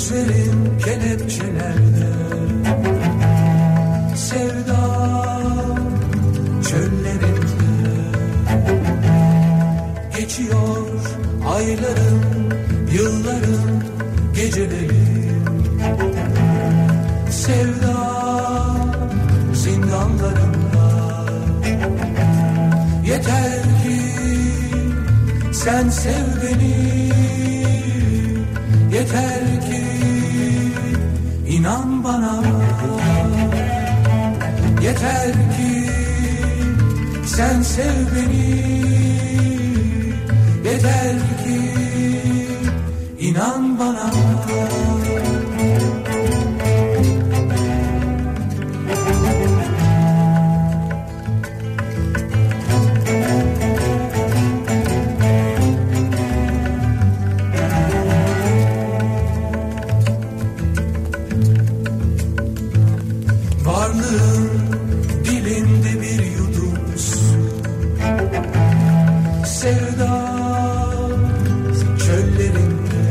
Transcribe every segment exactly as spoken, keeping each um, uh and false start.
gözlerin kelepçelerde, sevda çöllerinde. Geçiyor ayların, yılların, gecelerin, sevda zindanlarında. Yeter ki sen sev beni, yeter ki inan bana, yeter ki sen sev beni, yeter ki inan bana. Varlığın dilinde bir yudum su, sevda çöllerinde.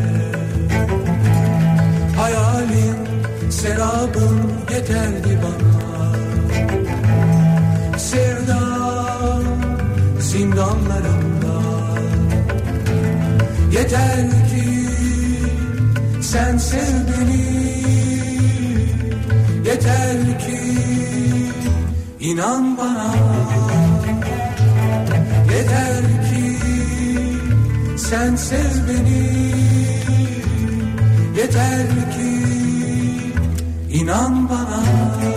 Hayalin, serabın yeterdi bana, sevda zindanlarında. Yeter ki sen sev beni, yeter ki inan bana, yeter ki sen sev beni, yeter ki inan bana.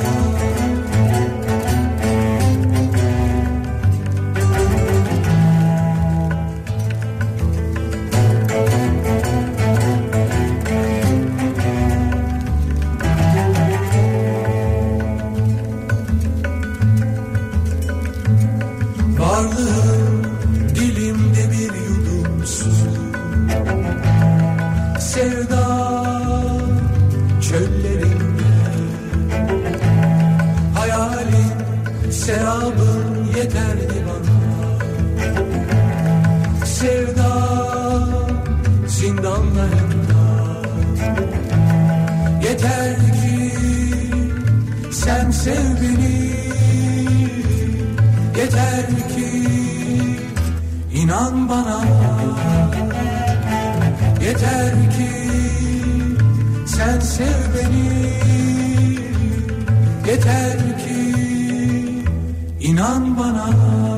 Varlığın dilimde bir yudum su, sevda çöllerinde. Hayalin, serabın yeterdi bana, sevda zindanlarında. Yeter ki sen sev beni, yeter ki inan bana, yeter ki sen sev beni, yeter ki inan bana.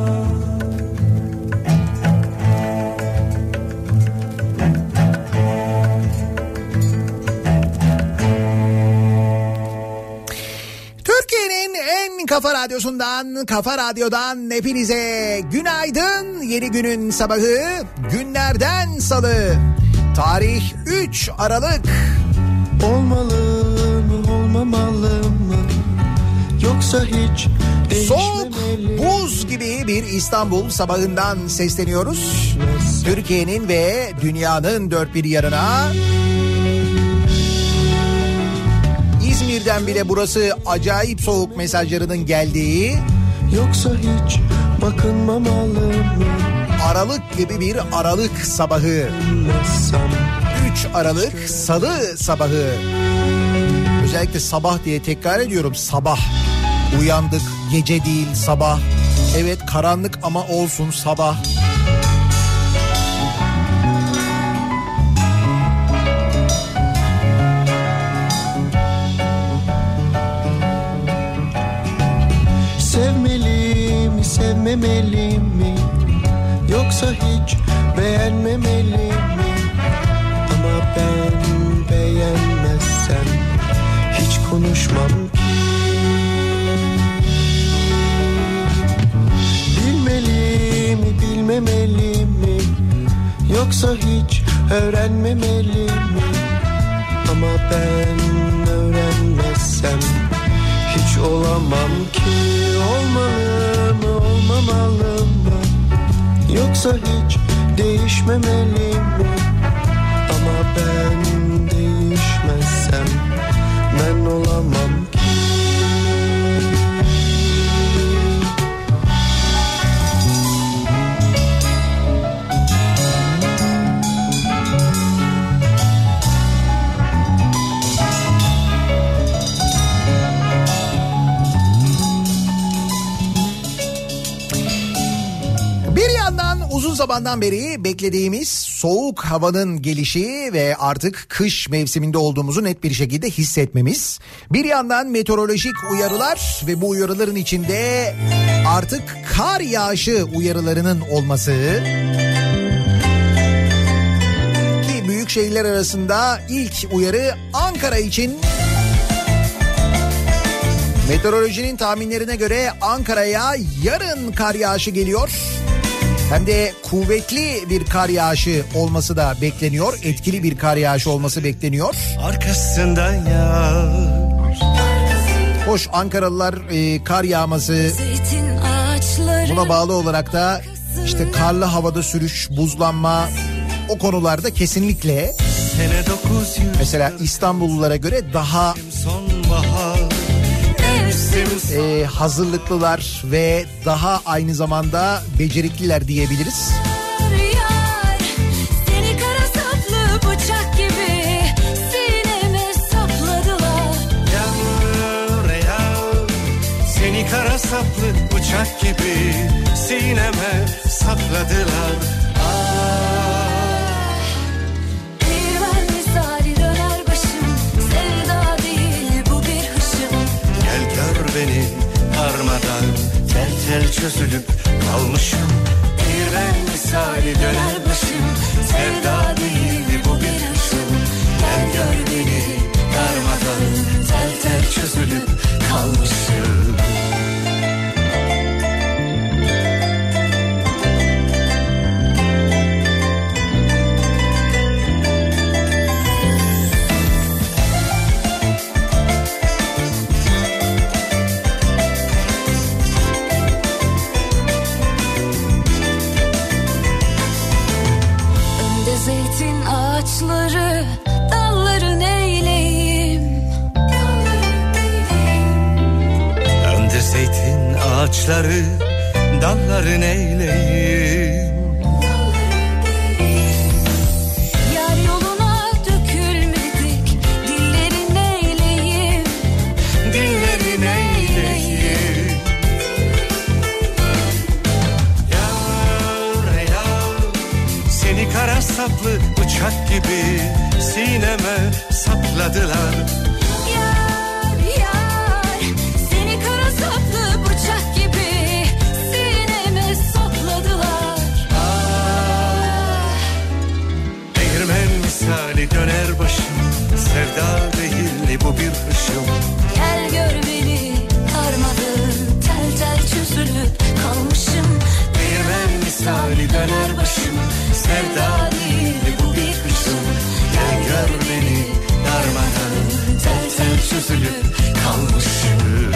Kafa Radyosu'ndan, Kafa Radyo'dan hepinize günaydın. Yeni günün sabahı, günlerden salı. Tarih üç Aralık. Olmalı mı, olmamalı mı? Yoksa hiç soğuk, buz gibi bir İstanbul sabahından sesleniyoruz. Türkiye'nin ve dünyanın dört bir yanına. İzmir'den bile burası acayip soğuk mesajlarının geldiği, yoksa hiç bakınmamalı mı? Aralık gibi bir Aralık sabahı. üç Aralık Salı sabahı. Özellikle sabah diye tekrar ediyorum, sabah. Uyandık, gece değil sabah. Evet karanlık ama olsun sabah. Sevmeli mi, sevmemeli mi? Yoksa hiç beğenmemeli mi? Ama ben beğenmezsem hiç konuşmam ki. Bilmeli mi, bilmemeli mi? Yoksa hiç öğrenmemeli mi? Ama ben öğrenmezsem hiç olamam ki. Olmalı mı, olmamalı mı? Yoksa hiç değişmemeli mi? Ama ben değişmezsem ben olamam ki. yandan uzun zamandan beri beklediğimiz soğuk havanın gelişi ve artık kış mevsiminde olduğumuzu net bir şekilde hissetmemiz. Bir yandan meteorolojik uyarılar ve bu uyarıların içinde artık kar yağışı uyarılarının olması. Ki büyük şehirler arasında ilk uyarı Ankara için. Meteorolojinin tahminlerine göre Ankara'ya yarın kar yağışı geliyor. Hem de kuvvetli bir kar yağışı olması da bekleniyor. Etkili bir kar yağışı olması bekleniyor. Arkasından yağar. Hoş Ankaralılar e, kar yağması, buna bağlı olarak da işte karlı havada sürüş, buzlanma, o konularda kesinlikle mesela İstanbullulara göre daha e, hazırlıklılar ve daha aynı zamanda becerikliler diyebiliriz. Kara saplı bıçak gibi sineme sapladılar. Ah. Değirmen misali döner başım, sevda değil bu bir hışım. Gel gör beni darmadan, tel tel çözülüp kalmışım. Değirmen misali döner başım, sevda değil bu bir hışım. Gel gör beni darmadan, tel tel çözülüp kalmışım. Ağaçları, dalları neyleyim? Önde zeytin ağaçları, dalları neyleyim? Yar yoluna dökülmedik, dilleri neyleyim? Dilleri neyleyim? Yar yar, seni kara saplı bıçak gibi sineme sapladılar. Yar yar, seni kara saplı bıçak gibi sineme sapladılar. Ah, değirmen misali döner başım, sevda değil bu bir hışım. Gel gör beni darmadağın, tel tel çözülüp kalmışım. Değirmen misali döner başım, sevda değil bu bir hışım. Gel gör beni darmadan, tel tel çözülüp kalmışım.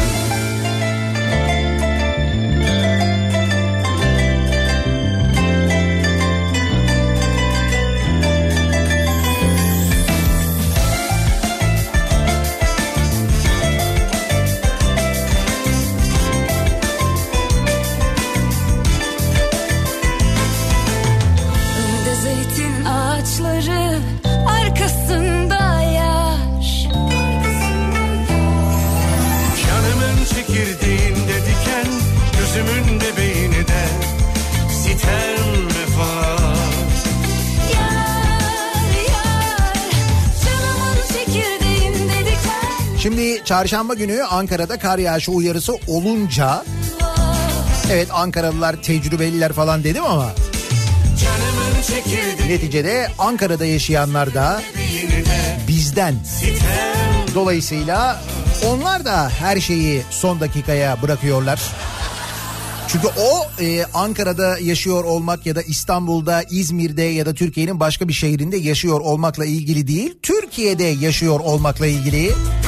Ağaçları, arkasında yaş. Canımın çekirdeğinde diken, gözümün bebeğini de sitem vefat. Yar yar, canımın çekirdeğinde diken. Şimdi çarşamba günü Ankara'da kar yağışı uyarısı olunca, evet Ankaralılar tecrübeliler falan dedim ama neticede Ankara'da yaşayanlar da bizden. Dolayısıyla onlar da her şeyi son dakikaya bırakıyorlar. Çünkü o e, Ankara'da yaşıyor olmak ya da İstanbul'da, İzmir'de ya da Türkiye'nin başka bir şehrinde yaşıyor olmakla ilgili değil, Türkiye'de yaşıyor olmakla ilgili.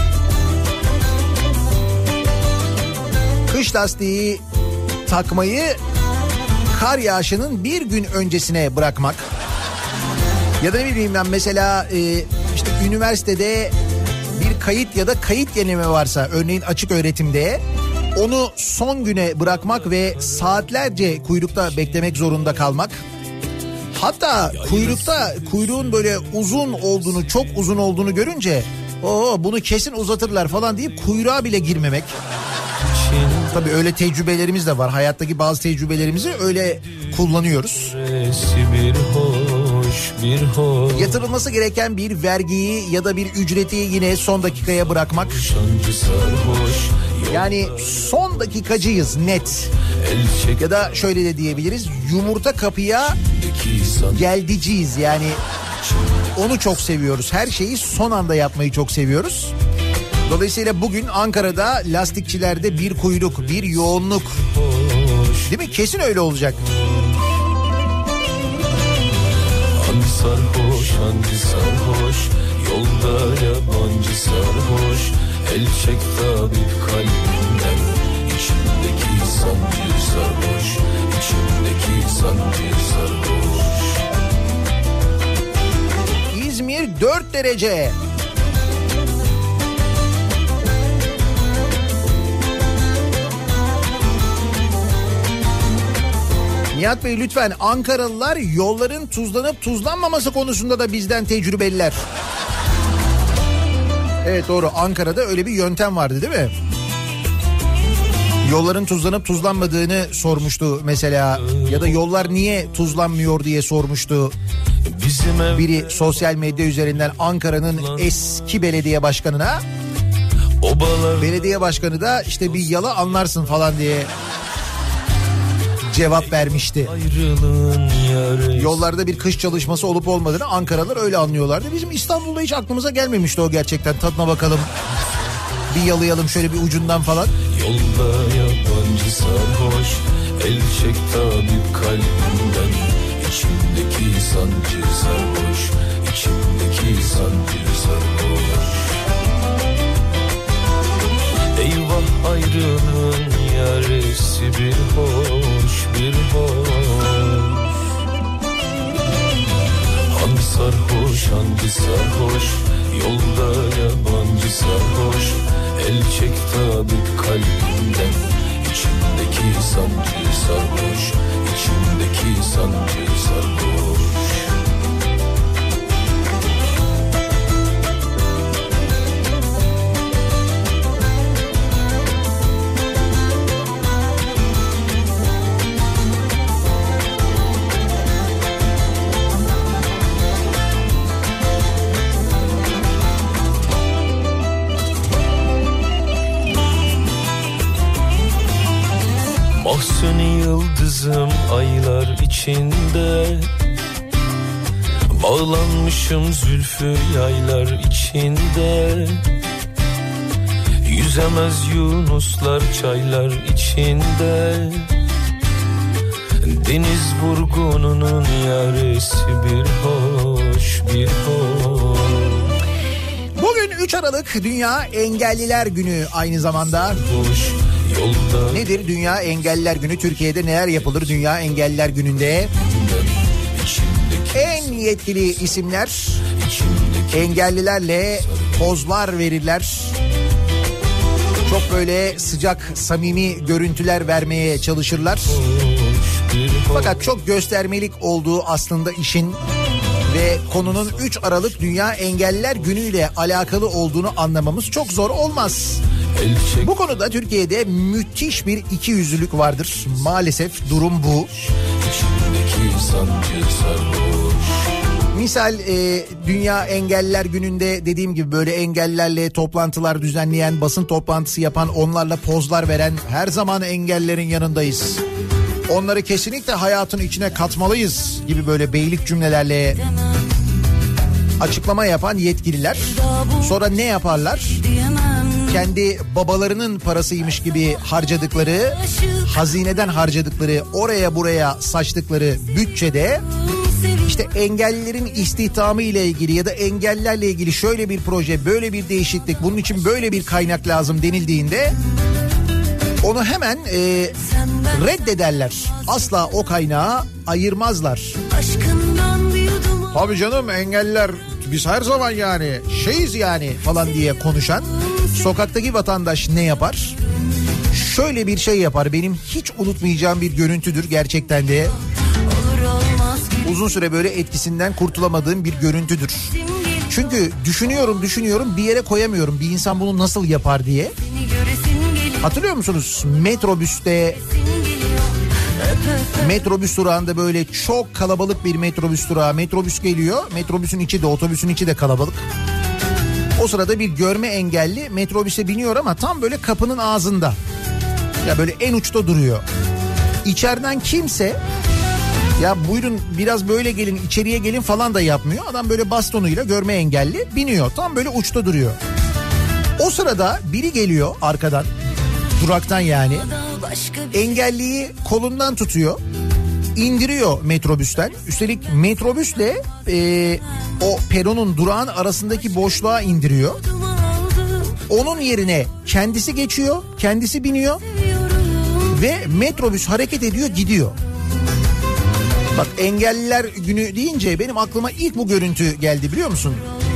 Kış lastiği takmayı kar yağışının bir gün öncesine bırakmak. Ya da ne bileyim ben mesela e, işte üniversitede bir kayıt ya da kayıt yenileme varsa örneğin açık öğretimde onu son güne bırakmak ve saatlerce kuyrukta beklemek zorunda kalmak. Hatta kuyrukta kuyruğun böyle uzun olduğunu, çok uzun olduğunu görünce o bunu kesin uzatırlar falan deyip kuyruğa bile girmemek. Tabii öyle tecrübelerimiz de var. Hayattaki bazı tecrübelerimizi öyle kullanıyoruz. Bir hoş, bir hoş. Yatırılması gereken bir vergiyi ya da bir ücreti yine son dakikaya bırakmak. Yani son dakikacıyız net. Ya da şöyle de diyebiliriz, yumurta kapıya geldiciyiz yani. Onu çok seviyoruz. Her şeyi son anda yapmayı çok seviyoruz. Dolayısıyla bugün Ankara'da lastikçilerde bir kuyruk, bir yoğunluk. Değil mi? Kesin öyle olacak. Hangi sarhoş, hangi sarhoş, yolda yabancı sarhoş, el çek tabip kalbimden, içimdeki sancı sarhoş, içimdeki sancı sarhoş. İzmir dört derece. Nihat Bey lütfen, Ankaralılar yolların tuzlanıp tuzlanmaması konusunda da bizden tecrübeliler. Evet doğru, Ankara'da öyle bir yöntem vardı değil mi? Yolların tuzlanıp tuzlanmadığını sormuştu mesela, ya da yollar niye tuzlanmıyor diye sormuştu biri sosyal medya üzerinden Ankara'nın eski belediye başkanına. Belediye başkanı da işte bir yala anlarsın falan diye cevap vermişti. Yollarda bir kış çalışması olup olmadığını Ankaralılar öyle anlıyorlardı. Bizim İstanbul'da hiç aklımıza gelmemişti o gerçekten. Tadına bakalım, bir yalayalım şöyle bir ucundan falan. Yolda yabancı sarhoş, el çek tabip kalbimden, içimdeki sancı sarhoş, içimdeki sancı sarhoş. Eyvah ayrılığın yaresi bir hoş, bir hoş. Hangi sarhoş, hangi sarhoş, yolda yabancı sarhoş, el çek tabip kalbimden, içimdeki sancı sarhoş, içimdeki sancı sarhoş. Mahsuni yıldızım aylar içinde, bağlanmışım zülfü yaylar içinde. Yüzemez yunuslar çaylar içinde, deniz vurgununun yaresi bir hoş, bir hoş. Bugün üç Aralık Dünya Engelliler Günü aynı zamanda. Hoş. Yolda. Nedir Dünya Engelliler Günü? Türkiye'de neler yapılır Dünya Engelliler Günü'nde? En yetkili isimler engellilerle pozlar verirler. Çok böyle sıcak, samimi görüntüler vermeye çalışırlar. Fakat çok göstermelik olduğu aslında işin ve konunun üç Aralık Dünya Engelliler Günü ile alakalı olduğunu anlamamız çok zor olmaz. Bu konuda Türkiye'de müthiş bir ikiyüzlülük vardır. Maalesef durum bu. Misal e, Dünya Engelliler Günü'nde dediğim gibi böyle engellilerle toplantılar düzenleyen, basın toplantısı yapan, onlarla pozlar veren, her zaman engellilerin yanındayız, onları kesinlikle hayatın içine katmalıyız gibi böyle beylik cümlelerle açıklama yapan yetkililer sonra ne yaparlar? Kendi babalarının parasıymış gibi harcadıkları, hazineden harcadıkları, oraya buraya saçtıkları bütçede işte engellilerin istihdamı ile ilgili ya da engellilerle ilgili şöyle bir proje, böyle bir değişiklik, bunun için böyle bir kaynak lazım denildiğinde onu hemen e, reddederler. Asla o kaynağı ayırmazlar. Tabii canım, engelliler biz her zaman yani şeyiz yani falan diye konuşan sokaktaki vatandaş ne yapar? Şöyle bir şey yapar, benim hiç unutmayacağım bir görüntüdür gerçekten de. Uzun süre böyle etkisinden kurtulamadığım bir görüntüdür. Çünkü düşünüyorum düşünüyorum bir yere koyamıyorum, bir insan bunu nasıl yapar diye. Hatırlıyor musunuz? Metrobüste Metrobüs durağında böyle çok kalabalık bir metrobüs durağı. Metrobüs geliyor. Metrobüsün içi de otobüsün içi de kalabalık. O sırada bir görme engelli metrobüse biniyor ama tam böyle kapının ağzında. Ya böyle en uçta duruyor. İçeriden kimse ya buyurun biraz böyle gelin içeriye gelin falan da yapmıyor. Adam böyle bastonuyla görme engelli biniyor. Tam böyle uçta duruyor. O sırada biri geliyor arkadan. Duraktan yani. Engelliyi kolundan tutuyor. İndiriyor metrobüsten. Üstelik metrobüsle e, o peronun durağın arasındaki boşluğa indiriyor. Onun yerine kendisi geçiyor. Kendisi biniyor. Ve metrobüs hareket ediyor gidiyor. Bak engelliler günü deyince benim aklıma ilk bu görüntü geldi biliyor musun?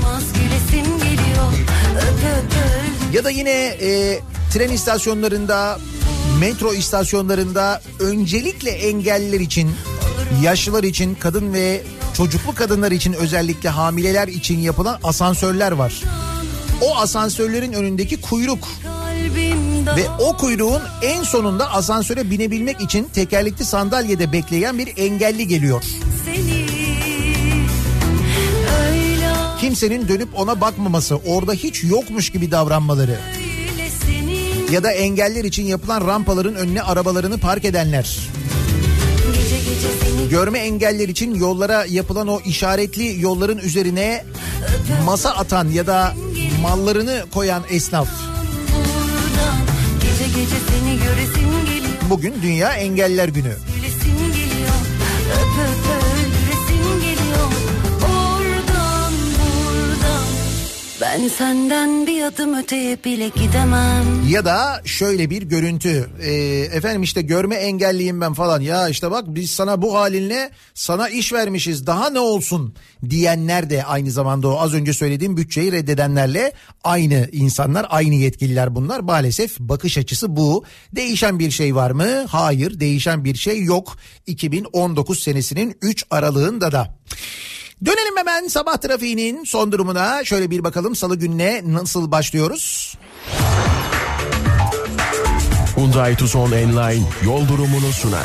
Ya da yine e, tren istasyonlarında, metro istasyonlarında öncelikle engelliler için, yaşlılar için, kadın ve çocuklu kadınlar için özellikle hamileler için yapılan asansörler var. O asansörlerin önündeki kuyruk ve o kuyruğun en sonunda asansöre binebilmek için tekerlekli sandalyede bekleyen bir engelli geliyor. Kimsenin dönüp ona bakmaması, orada hiç yokmuş gibi davranmaları. Ya da engeller için yapılan rampaların önüne arabalarını park edenler. Görme engeller için yollara yapılan o işaretli yolların üzerine masa atan ya da mallarını koyan esnaf. Bugün Dünya Engelliler Günü. Ben senden bir adım öteye bile gidemem. Ya da şöyle bir görüntü. Ee, efendim işte görme engelliyim ben falan. Ya işte bak biz sana bu halinle sana iş vermişiz. Daha ne olsun diyenler de aynı zamanda o az önce söylediğim bütçeyi reddedenlerle aynı insanlar, aynı yetkililer bunlar. Maalesef bakış açısı bu. Değişen bir şey var mı? Hayır, değişen bir şey yok. iki bin on dokuz senesinin üç Aralık'ında da. Dönelim hemen sabah trafiğinin son durumuna. Şöyle bir bakalım salı gününe nasıl başlıyoruz? Hyundai Tucson Enline yol durumunu sunar.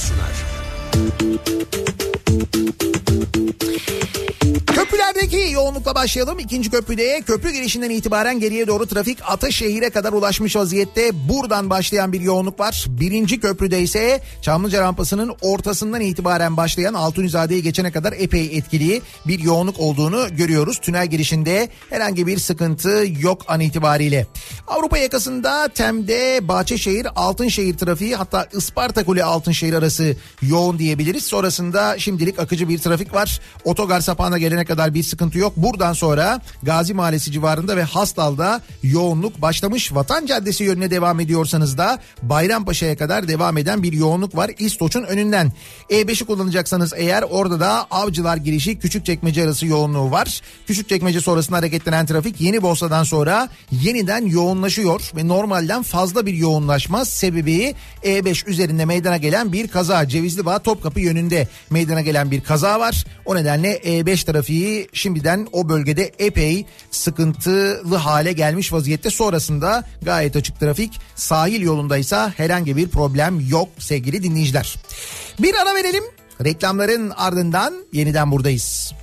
Köprülerdeki yoğunlukla başlayalım. İkinci köprüde köprü girişinden itibaren geriye doğru trafik Ataşehir'e kadar ulaşmış vaziyette. Buradan başlayan bir yoğunluk var. Birinci köprüde ise Çamlıca rampasının ortasından itibaren başlayan Altunizade'yi geçene kadar epey etkili bir yoğunluk olduğunu görüyoruz. Tünel girişinde herhangi bir sıkıntı yok an itibariyle. Avrupa yakasında Tem'de Bahçeşehir Altınşehir trafiği, hatta Isparta Kule Altınşehir arası yoğun diyebiliriz. Sonrasında şimdilik akıcı bir trafik var. Otogar sapağına gelene kadar bir sıkıntı yok. Buradan sonra Gazi Mahallesi civarında ve Hastal'da yoğunluk başlamış. Vatan Caddesi yönüne devam ediyorsanız da Bayrampaşa'ya kadar devam eden bir yoğunluk var İstoç'un önünden. E beşi kullanacaksanız eğer, orada da Avcılar girişi Küçükçekmece arası yoğunluğu var. Küçükçekmece sonrasında hareketlenen trafik Yenibosna'dan sonra yeniden yoğunlaşıyor ve normalden fazla bir yoğunlaşma sebebi E beş üzerinde meydana gelen bir kaza. Cevizlibağ Topkapı yönünde meydana gelen bir kaza var. O nedenle E beş trafiği şimdiden o bölgede epey sıkıntılı hale gelmiş vaziyette. Sonrasında gayet açık trafik. Sahil yolundaysa herhangi bir problem yok sevgili dinleyiciler. Bir ara verelim. Reklamların ardından yeniden buradayız.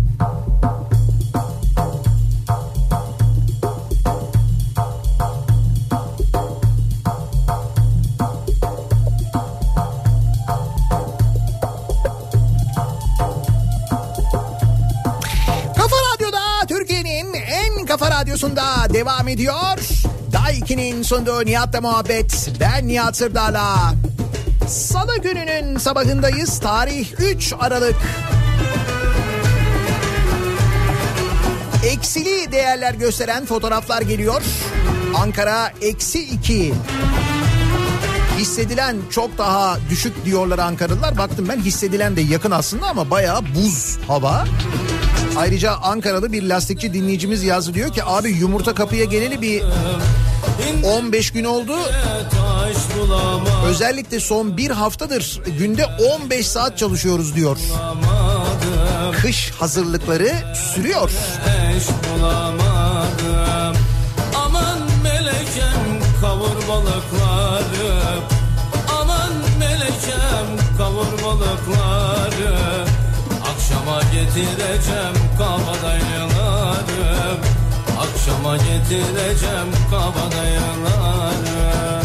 Kafa Radyosu'nda devam ediyor. Day iki'nin sunduğu Nihat'la muhabbet. Ben Nihat Sırdar'la. Salı gününün sabahındayız. Tarih üç Aralık. Eksili değerler gösteren fotoğraflar geliyor. Ankara eksi iki. Hissedilen çok daha düşük diyorlar Ankaralılar. Baktım ben, hissedilen de yakın aslında ama bayağı buz hava. Ayrıca Ankaralı bir lastikçi dinleyicimiz yazdı, diyor ki abi yumurta kapıya geleli bir on beş gün oldu. Özellikle son bir haftadır günde on beş saat çalışıyoruz diyor. Kış hazırlıkları sürüyor. Aman melekem kavur balıkları, aman melekem balıkları, akşama getireceğim kabadayıları, akşama getireceğim kabadayıları.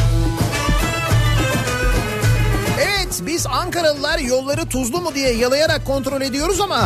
Evet, biz Ankaralılar yolları tuzlu mu diye yalayarak kontrol ediyoruz ama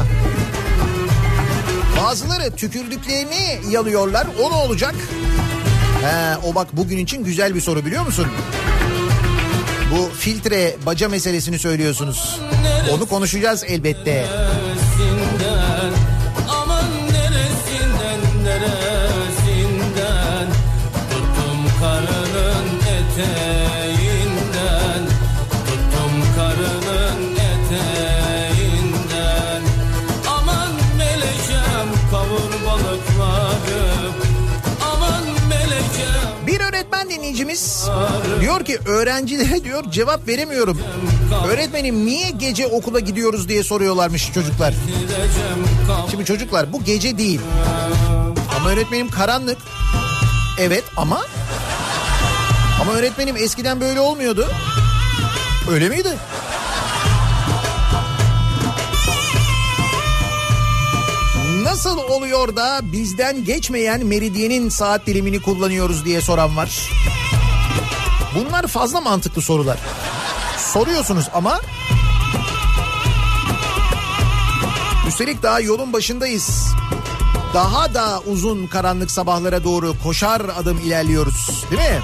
bazıları tükürdüklerini yalıyorlar. O ne olacak? He, o bak bugün için güzel bir soru, biliyor musun? Bu filtre baca meselesini söylüyorsunuz. Onu konuşacağız elbette. Neresinden, aman neresinden, neresinden, tuttum karının eteğinden, tuttum karının eteğinden, aman melekem kavur balıkları, aman melekem. Bir öğretmen dinleyicimiz diyor ki öğrencilere diyor cevap veremiyorum. Öğretmenim niye gece okula gidiyoruz diye soruyorlarmış çocuklar. Şimdi çocuklar bu gece değil. Ama öğretmenim karanlık. Evet ama ama öğretmenim eskiden böyle olmuyordu. Öyle miydi? Nasıl oluyor da bizden geçmeyen meridyenin saat dilimini kullanıyoruz diye soran var. Bunlar fazla mantıklı sorular. Soruyorsunuz ama üstelik daha yolun başındayız. Daha da uzun karanlık sabahlara doğru koşar adım ilerliyoruz, değil mi?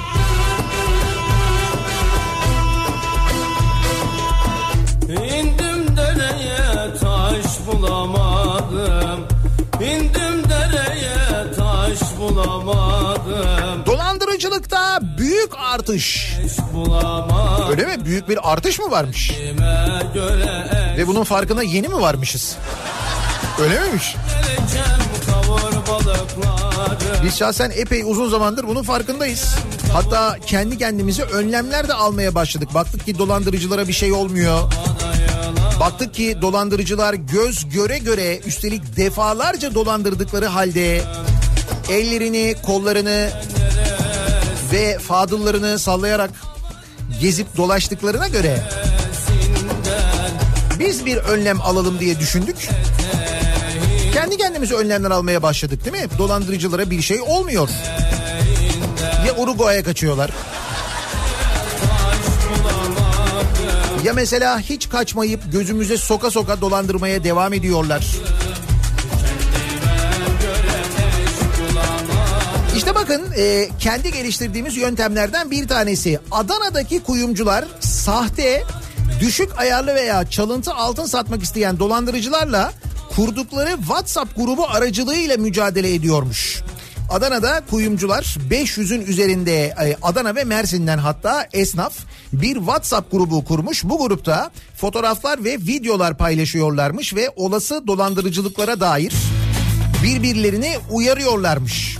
İndim dereye taş bulamadım, İndim dereye taş bulamadım. Dolandırıcılıkta büyük artış. Bulamadım. Öyle mi? Büyük bir artış mı varmış? Ve bunun farkına yeni mi varmışız? Öyle miymiş? Biz şahsen epey uzun zamandır bunun farkındayız. Hatta kendi kendimize önlemler de almaya başladık. Baktık ki dolandırıcılara bir şey olmuyor. Baktık ki dolandırıcılar göz göre göre, üstelik defalarca dolandırdıkları halde ellerini, kollarını ve fadıllarını sallayarak gezip dolaştıklarına göre biz bir önlem alalım diye düşündük. Kendi kendimize önlemler almaya başladık, değil mi? Dolandırıcılara bir şey olmuyor. Ya Uruguay'a kaçıyorlar. Ya mesela hiç kaçmayıp gözümüze soka soka dolandırmaya devam ediyorlar. İşte bakın e, kendi geliştirdiğimiz yöntemlerden bir tanesi. Adana'daki kuyumcular sahte, düşük ayarlı veya çalıntı altın satmak isteyen dolandırıcılarla kurdukları WhatsApp grubu aracılığıyla mücadele ediyormuş. Adana'da kuyumcular beş yüzün üzerinde Adana ve Mersin'den hatta esnaf bir WhatsApp grubu kurmuş. Bu grupta fotoğraflar ve videolar paylaşıyorlarmış ve olası dolandırıcılıklara dair birbirlerini uyarıyorlarmış.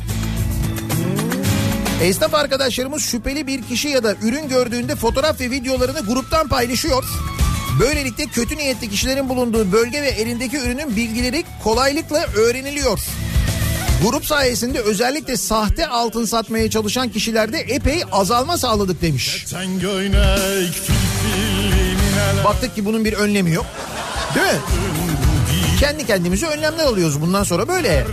Esnaf arkadaşlarımız şüpheli bir kişi ya da ürün gördüğünde fotoğraf ve videolarını gruptan paylaşıyor. Böylelikle kötü niyetli kişilerin bulunduğu bölge ve elindeki ürünün bilgileri kolaylıkla öğreniliyor. Grup sayesinde özellikle sahte altın satmaya çalışan kişilerde epey azalma sağladık demiş. Baktık ki bunun bir önlemi yok. Değil mi? Kendi kendimize önlemler alıyoruz bundan sonra böyle.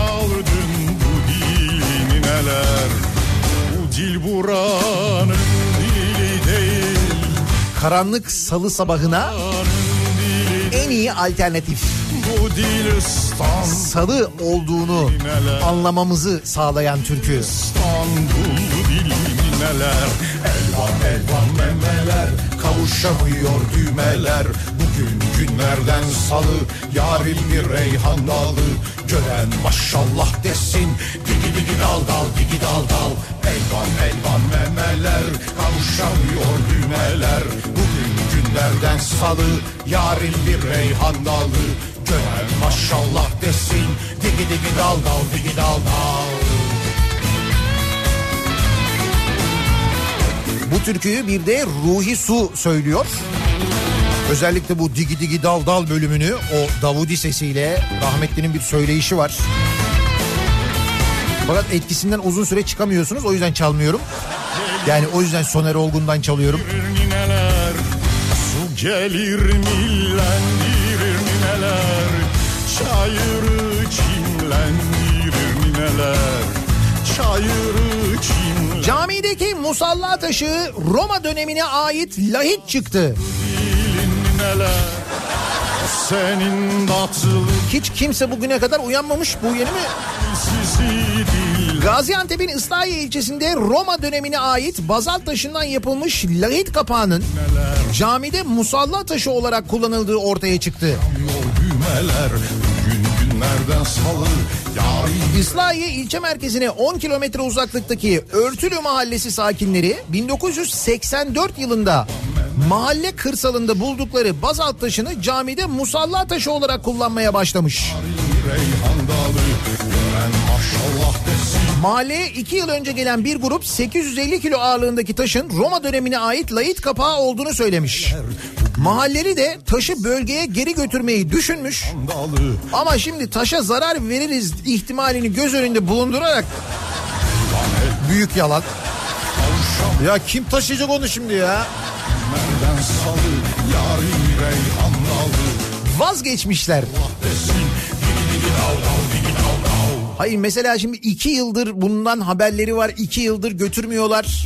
Bu dil buranın dili değil. Karanlık salı sabahına en iyi alternatif. Bu dil salı olduğunu anlamamızı sağlayan türkü. İstanbul neler, elvan elvan memeler, kavuşamıyor düğmeler. Bugün günlerden salı, yarın bir reyhan dalı. Gören maşallah desin, digi digi dal dal, digi dal dal. Elvan elvan memeler, kavuşamıyor düğmeler. Bugün günlerden salı, yarın bir reyhan dalı. Gören maşallah desin, digi digi dal dal, digi dal dal. Bu türküyü bir de Ruhi Su söylüyor. Özellikle bu digi digi dal dal bölümünü o Davudi sesiyle, rahmetlinin bir söyleyişi var. Fakat etkisinden uzun süre çıkamıyorsunuz, o yüzden çalmıyorum. Yani o yüzden Soner Olgun'dan çalıyorum. Su gelir millendirir nineler, çayırı çimlendirir nineler, çayırı çimlendirir. Camideki musalla taşı Roma dönemine ait lahit çıktı. Nineler, senin tatlı Hiç kimse bugüne kadar uyanmamış, bu yeni mi? sizi değil. Gaziantep'in Islahiye ilçesinde Roma dönemine ait bazalt taşından yapılmış lahit kapağının camide musalla taşı olarak kullanıldığı ortaya çıktı. Yol düğmeler, gün günlerden salı, yarın İslahiye ilçe merkezine on kilometre uzaklıktaki Örtülü Mahallesi sakinleri bin dokuz yüz seksen dört yılında mahalle kırsalında buldukları bazalt taşını camide musalla taşı olarak kullanmaya başlamış. reyhan dalı, gören maşallah desin. Mahalleye iki yıl önce gelen bir grup sekiz yüz elli kilo ağırlığındaki taşın Roma dönemine ait lahit kapağı olduğunu söylemiş. Mahalleli de taşı bölgeye geri götürmeyi düşünmüş. Dalı, Ama şimdi taşa zarar veririz ihtimalini göz önünde bulundurarak büyük yalan. Ya kim taşıyacak onu şimdi ya? merden salı, yarın reyhan dalı, Vazgeçmişler. desin. Digi digi dav dav, digi dav dav. Hayır mesela şimdi iki yıldır bundan haberleri var. iki yıldır götürmüyorlar.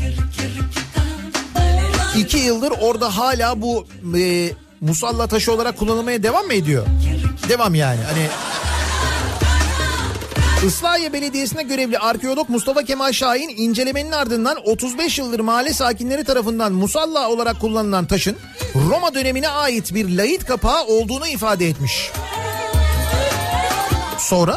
iki yıldır orada hala bu e, musalla taşı olarak kullanılmaya devam mı ediyor? Devam yani hani. Islahiye Belediyesi'ne görevli arkeolog Mustafa Kemal Şahin incelemenin ardından otuz beş yıldır mahalle sakinleri tarafından musalla olarak kullanılan taşın Roma dönemine ait bir lahit kapağı olduğunu ifade etmiş. Sonra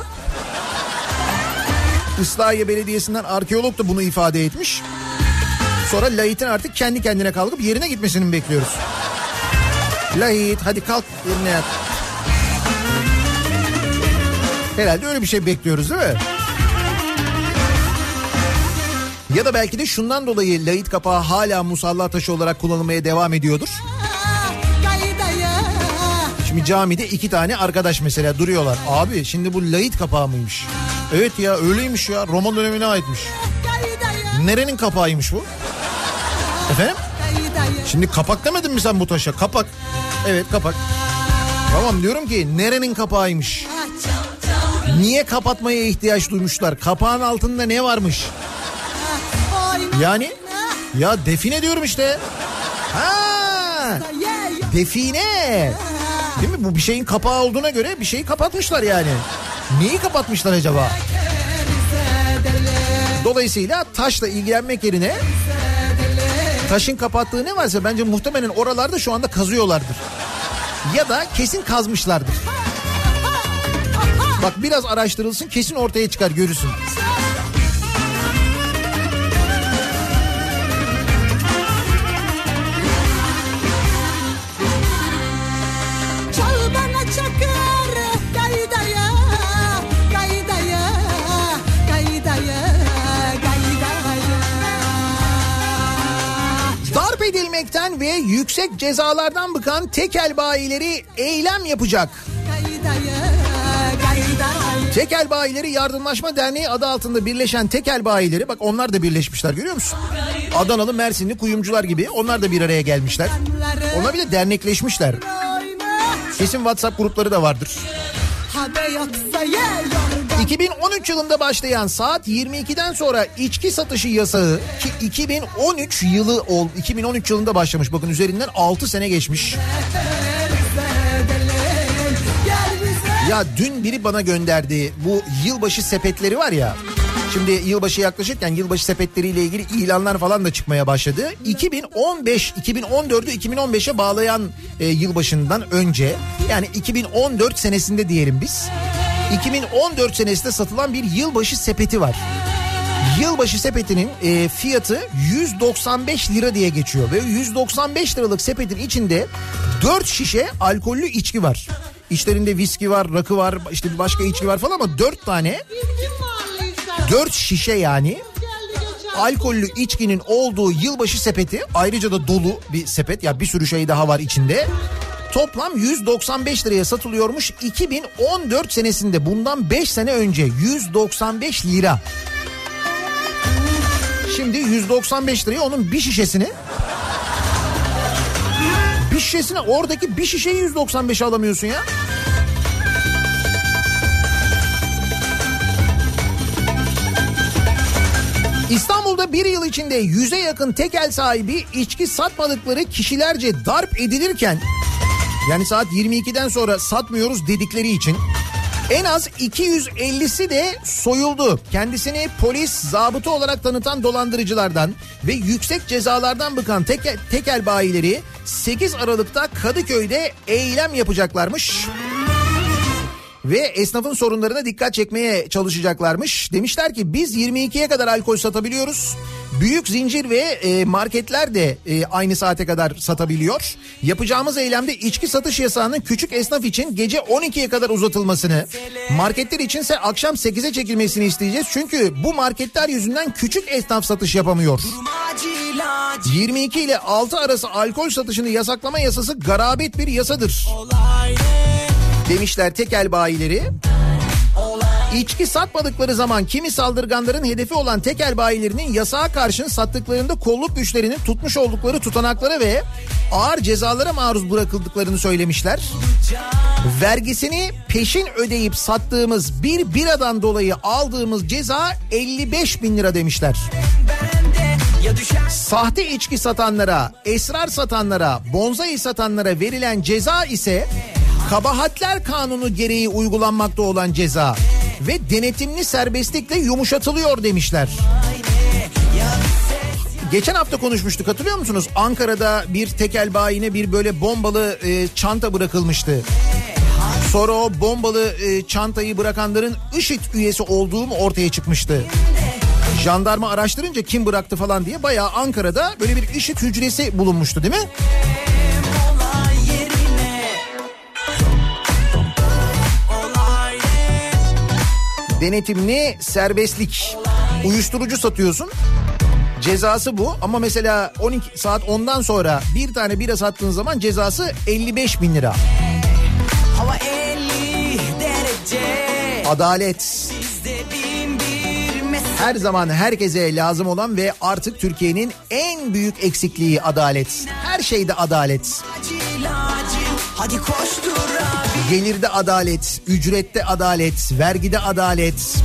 Islahiye Belediyesi'nden arkeolog da bunu ifade etmiş. Sonra lahitin artık kendi kendine kalkıp yerine gitmesini bekliyoruz. Lahit hadi kalk yerine yat. Herhalde öyle bir şey bekliyoruz değil mi? Ya da belki de şundan dolayı lahit kapağı hala musalla taşı olarak kullanılmaya devam ediyordur. Şimdi camide iki tane arkadaş mesela duruyorlar. Abi şimdi bu lahit kapağı mıymış? Evet ya öyleymiş ya, Roma dönemine aitmiş. Nerenin kapağıymış bu? Efendim? Şimdi kapak demedin mi sen bu taşa? Kapak. Evet kapak. Tamam diyorum ki nerenin kapağıymış? Niye kapatmaya ihtiyaç duymuşlar? Kapağın altında ne varmış? Yani ya define diyorum işte. Ha! Define. Değil mi? Bu bir şeyin kapağı olduğuna göre bir şeyi kapatmışlar yani. Neyi kapatmışlar acaba? Dolayısıyla taşla ilgilenmek yerine taşın kapattığı ne varsa bence muhtemelen oralarda şu anda kazıyorlardır. Ya da kesin kazmışlardır. Bak biraz araştırılsın, kesin ortaya çıkar, görürsün. Çal bana çakır gaydaya, gaydaya, gaydaya, gaydaya. Darp edilmekten ve yüksek cezalardan bıkan tekel bayileri eylem yapacak. Tekel Bayileri Yardımlaşma Derneği adı altında birleşen tekel bayileri, bak onlar da birleşmişler, görüyor musun? Adanalı, Mersinli kuyumcular gibi onlar da bir araya gelmişler. Onlar bile dernekleşmişler. Kesin WhatsApp grupları da vardır. iki bin on üç yılında başlayan saat yirmi ikiden sonra içki satışı yasağı ki iki bin on üç yılı ol iki bin on üç yılında başlamış, bakın üzerinden altı sene geçmiş. Ya dün biri bana gönderdi bu yılbaşı sepetleri var ya. Şimdi yılbaşı yaklaşırken yılbaşı sepetleriyle ilgili ilanlar falan da çıkmaya başladı. iki bin on beş iki bin on dördü iki bin on beşe bağlayan e, yılbaşından önce, yani iki bin on dört senesinde diyelim biz. iki bin on dört senesinde satılan bir yılbaşı sepeti var. Yılbaşı sepetinin e, fiyatı yüz doksan beş lira diye geçiyor ve yüz doksan beş liralık sepetin içinde dört şişe alkollü içki var. İçlerinde viski var, rakı var, işte bir başka içki var falan ama dört tane, dört şişe yani alkollü içkinin olduğu yılbaşı sepeti, ayrıca da dolu bir sepet, ya bir sürü şey daha var içinde. Toplam yüz doksan beş liraya satılıyormuş iki bin on dört senesinde, bundan beş sene önce yüz doksan beş lira. Şimdi yüz doksan beş liraya onun bir şişesini, bir şişe şişesine, oradaki bir şişeyi yüz doksan beşe alamıyorsun ya. İstanbul'da bir yıl içinde yüze yakın tekel sahibi içki satmadıkları kişilerce darp edilirken, yani saat yirmi ikiden sonra satmıyoruz dedikleri için en az iki yüz ellisi de soyuldu. Kendisini polis, zabıta olarak tanıtan dolandırıcılardan ve yüksek cezalardan bıkan tekel, tekel bayileri sekiz Aralık'ta Kadıköy'de eylem yapacaklarmış. Ve esnafın sorunlarına dikkat çekmeye çalışacaklarmış. Demişler ki biz yirmi ikiye kadar alkol satabiliyoruz. Büyük zincir ve e, marketler de e, aynı saate kadar satabiliyor. Yapacağımız eylemde içki satış yasağının küçük esnaf için gece on ikiye kadar uzatılmasını, marketler içinse akşam sekize çekilmesini isteyeceğiz. Çünkü bu marketler yüzünden küçük esnaf satış yapamıyor. yirmi iki ile altı arası alkol satışını yasaklama yasası garabet bir yasadır demişler tekel bayileri. İçki satmadıkları zaman kimi saldırganların hedefi olan tekel bayilerinin yasağa karşın sattıklarında kolluk güçlerinin tutmuş oldukları tutanaklara ve ağır cezalara maruz bırakıldıklarını söylemişler. Vergisini peşin ödeyip sattığımız bir biradan dolayı aldığımız ceza elli beş bin lira demişler. Sahte içki satanlara, esrar satanlara, bonzai satanlara verilen ceza ise Kabahatler Kanunu gereği uygulanmakta olan ceza ve denetimli serbestlikle yumuşatılıyor demişler. Geçen hafta konuşmuştuk, hatırlıyor musunuz? Ankara'da bir tekel bayine bir böyle bombalı e, çanta bırakılmıştı. Sonra o bombalı e, çantayı bırakanların IŞİD üyesi olduğu mu ortaya çıkmıştı. Jandarma araştırınca kim bıraktı falan diye bayağı Ankara'da böyle bir IŞİD hücresi bulunmuştu, değil mi? Denetimli serbestlik. Uyuşturucu satıyorsun, cezası bu, ama mesela on iki saat ondan sonra bir tane bira sattığın zaman cezası elli beş bin lira. Hava elli derece. Adalet. Her zaman herkese lazım olan ve artık Türkiye'nin en büyük eksikliği adalet. Her şeyde adalet. Hadi koştur abi. Gelirde adalet, ücrette adalet, vergide adalet.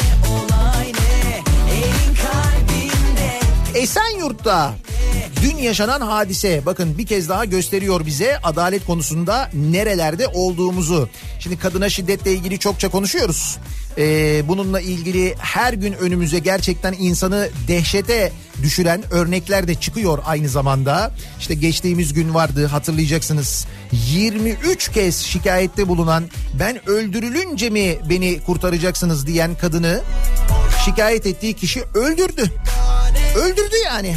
Esenyurt'ta dün yaşanan hadise, bakın bir kez daha gösteriyor bize adalet konusunda nerelerde olduğumuzu. Şimdi kadına şiddetle ilgili çokça konuşuyoruz. Ee, bununla ilgili her gün önümüze gerçekten insanı dehşete düşüren örnekler de çıkıyor aynı zamanda. İşte geçtiğimiz gün vardı, hatırlayacaksınız. yirmi üç kez şikayette bulunan, ben öldürülünce mi beni kurtaracaksınız diyen kadını şikayet ettiği kişi öldürdü. Öldürdü yani.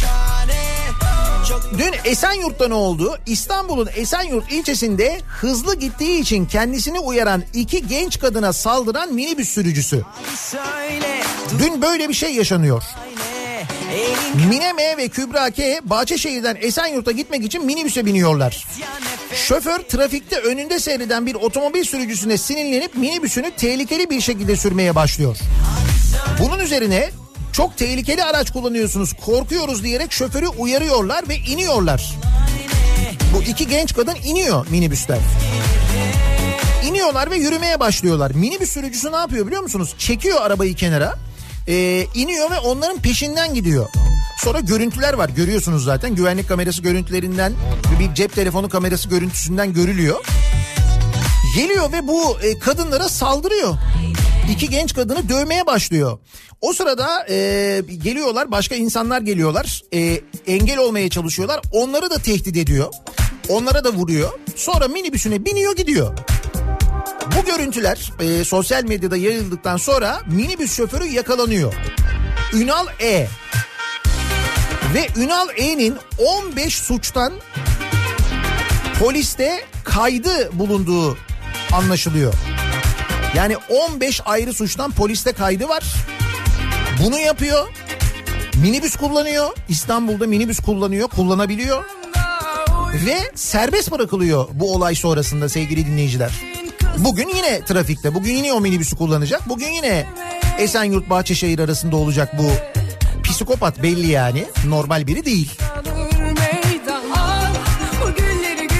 Dün Esenyurt'ta ne oldu? İstanbul'un Esenyurt ilçesinde hızlı gittiği için kendisini uyaran iki genç kadına saldıran minibüs sürücüsü. Dün böyle bir şey yaşanıyor. Mine M ve Kübra K Bahçeşehir'den Esenyurt'a gitmek için minibüse biniyorlar. Şoför trafikte önünde seyreden bir otomobil sürücüsüne sinirlenip minibüsünü tehlikeli bir şekilde sürmeye başlıyor. Bunun üzerine çok tehlikeli araç kullanıyorsunuz, korkuyoruz diyerek şoförü uyarıyorlar ve iniyorlar. Bu iki genç kadın iniyor minibüsten. İniyorlar ve yürümeye başlıyorlar. Minibüs sürücüsü ne yapıyor biliyor musunuz? Çekiyor arabayı kenara, e, iniyor ve onların peşinden gidiyor. Sonra görüntüler var, görüyorsunuz zaten. Güvenlik kamerası görüntülerinden ve bir cep telefonu kamerası görüntüsünden görülüyor. Geliyor ve bu e, kadınlara saldırıyor. İki genç kadını dövmeye başlıyor. O sırada e, geliyorlar, başka insanlar geliyorlar. E, engel olmaya çalışıyorlar. Onları da tehdit ediyor. Onlara da vuruyor. Sonra minibüsüne biniyor gidiyor. Bu görüntüler e, sosyal medyada yayıldıktan sonra minibüs şoförü yakalanıyor. Ünal E. Ve Ünal E'nin on beş suçtan poliste kaydı bulunduğu anlaşılıyor. Yani on beş ayrı suçtan poliste kaydı var. Bunu yapıyor. Minibüs kullanıyor. İstanbul'da minibüs kullanıyor, kullanabiliyor. Ve serbest bırakılıyor bu olay sonrasında sevgili dinleyiciler. Bugün yine trafikte, bugün yine o minibüsü kullanacak. Bugün yine Esenyurt Bahçeşehir arasında olacak bu psikopat belli yani. Normal biri değil.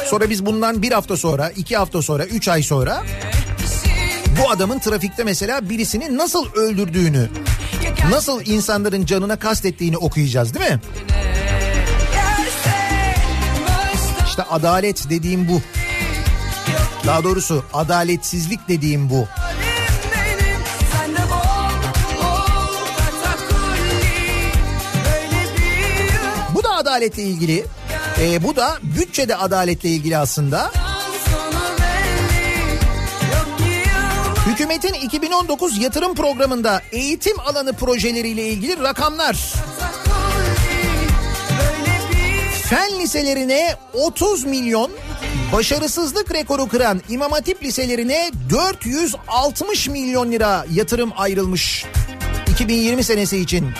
Sonra biz bundan bir hafta sonra, iki hafta sonra, üç ay sonra bu adamın trafikte mesela birisini nasıl öldürdüğünü, nasıl insanların canına kastettiğini okuyacağız, değil mi? İşte adalet dediğim bu. Daha doğrusu adaletsizlik dediğim bu. Bu da adaletle ilgili. Ee, bu da bütçede adaletle ilgili aslında. Hükümetin iki bin on dokuz yatırım programında eğitim alanı projeleriyle ilgili rakamlar. Fen liselerine otuz milyon, başarısızlık rekoru kıran İmam Hatip liselerine dört yüz altmış milyon lira yatırım ayrılmış iki bin yirmi senesi için.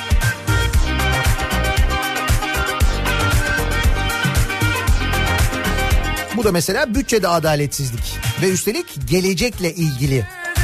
Bu da mesela bütçede adaletsizlik ve üstelik gelecekle ilgili.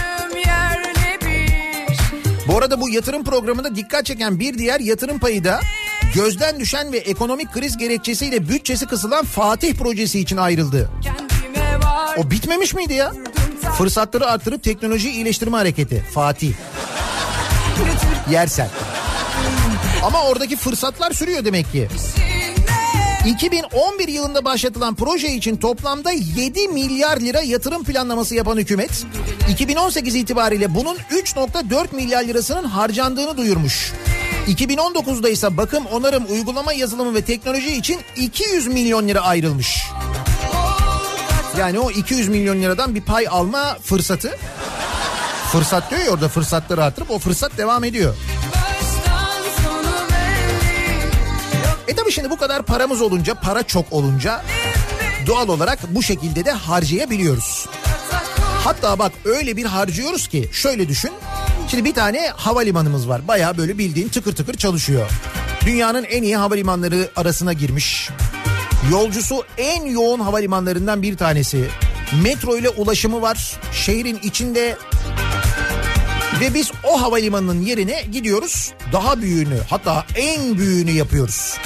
Bu arada bu yatırım programında dikkat çeken bir diğer yatırım payı da gözden düşen ve ekonomik kriz gerekçesiyle bütçesi kısılan Fatih projesi için ayrıldı. O bitmemiş miydi ya? Fırsatları artırıp teknoloji iyileştirme hareketi. Fatih. Yersel. Ama oradaki fırsatlar sürüyor demek ki. iki bin on bir yılında başlatılan proje için toplamda yedi milyar lira yatırım planlaması yapan hükümet, iki bin on sekiz itibariyle bunun üç virgül dört milyar lirasının harcandığını duyurmuş. iki bin on dokuzda ise bakım, onarım, uygulama, yazılımı ve teknoloji için iki yüz milyon lira ayrılmış. Yani o iki yüz milyon liradan bir pay alma fırsatı. Fırsat diyor ya orada, fırsatları artırıp o fırsat devam ediyor. E tabii şimdi bu kadar paramız olunca, para çok olunca doğal olarak bu şekilde de harcayabiliyoruz. Hatta bak öyle bir harcıyoruz ki şöyle düşün. Şimdi bir tane havalimanımız var. Bayağı böyle bildiğin tıkır tıkır çalışıyor. Dünyanın en iyi havalimanları arasına girmiş. Yolcusu en yoğun havalimanlarından bir tanesi. Metro ile ulaşımı var. Şehrin içinde. Ve biz o havalimanının yerine gidiyoruz. Daha büyüğünü, hatta en büyüğünü yapıyoruz.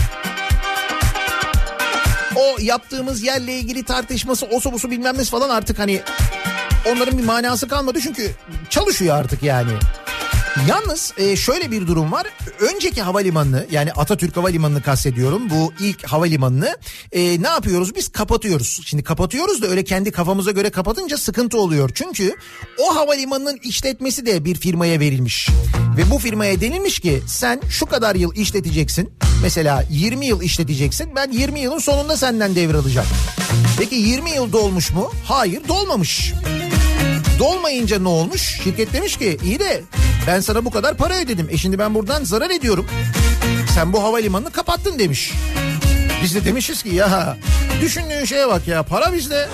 O yaptığımız yerle ilgili tartışması, osu busu bilmem nesi falan artık hani onların bir manası kalmadı çünkü çalışıyor artık yani. Yalnız şöyle bir durum var. Önceki havalimanını, yani Atatürk Havalimanı'nı kastediyorum. Bu ilk havalimanını e, ne yapıyoruz? Biz kapatıyoruz. Şimdi kapatıyoruz da öyle kendi kafamıza göre kapatınca sıkıntı oluyor. Çünkü o havalimanının işletmesi de bir firmaya verilmiş. Ve bu firmaya denilmiş ki sen şu kadar yıl işleteceksin. Mesela yirmi yıl işleteceksin. Ben yirmi yılın sonunda senden devralacağım. Peki yirmi yıl dolmuş mu? Hayır, dolmamış. Dolmayınca ne olmuş? Şirket demiş ki iyi de ben sana bu kadar para ödedim. E şimdi ben buradan zarar ediyorum. Sen bu havalimanını kapattın demiş. Biz de demişiz ki ya düşündüğün şeye bak ya, para bizde.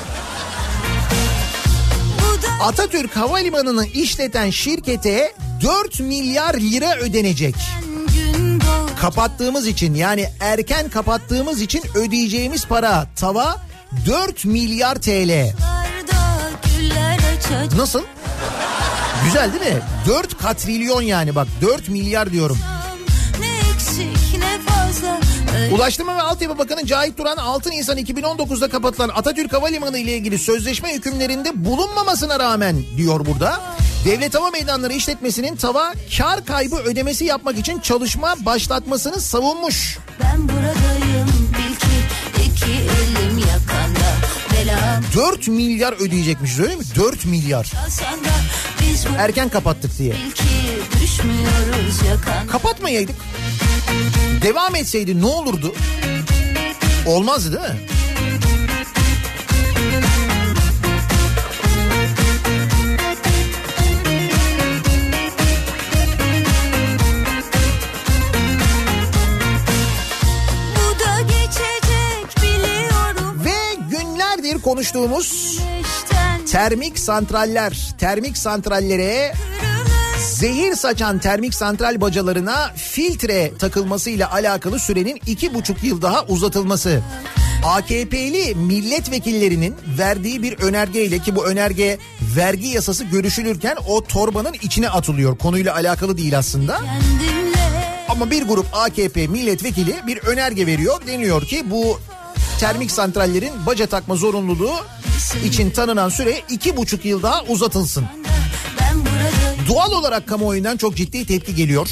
Atatürk Havalimanı'nı işleten şirkete dört milyar lira ödenecek. Kapattığımız için, yani erken kapattığımız için ödeyeceğimiz para tava dört milyar T L. Nasıl? Güzel değil mi? dört katrilyon yani, bak dört milyar diyorum. Ulaştırma ve Altyapı Bakanı Cahit Duran, altı Nisan iki bin on dokuzda kapatılan Atatürk Havalimanı ile ilgili sözleşme hükümlerinde bulunmamasına rağmen diyor burada, Devlet Hava Meydanları işletmesinin tava kar kaybı ödemesi yapmak için çalışma başlatmasını savunmuş. Ben buradayım bil ki iki elim yakanda. dört milyar ödeyecekmiş, öyle mi? dört milyar. Erken kapattık diye. Kapatmayaydık. Devam etseydi ne olurdu? Olmazdı değil mi? Konuştuğumuz termik santraller, termik santrallere zehir saçan termik santral bacalarına filtre takılmasıyla alakalı sürenin iki buçuk yıl daha uzatılması. A K P'li milletvekillerinin verdiği bir önergeyle, ki bu önerge vergi yasası görüşülürken o torbanın içine atılıyor. Konuyla alakalı değil aslında. Ama bir grup A K P milletvekili bir önerge veriyor. Deniyor ki bu termik santrallerin baca takma zorunluluğu için tanınan süre iki buçuk yıl daha uzatılsın. Doğal olarak kamuoyundan çok ciddi tepki geliyor.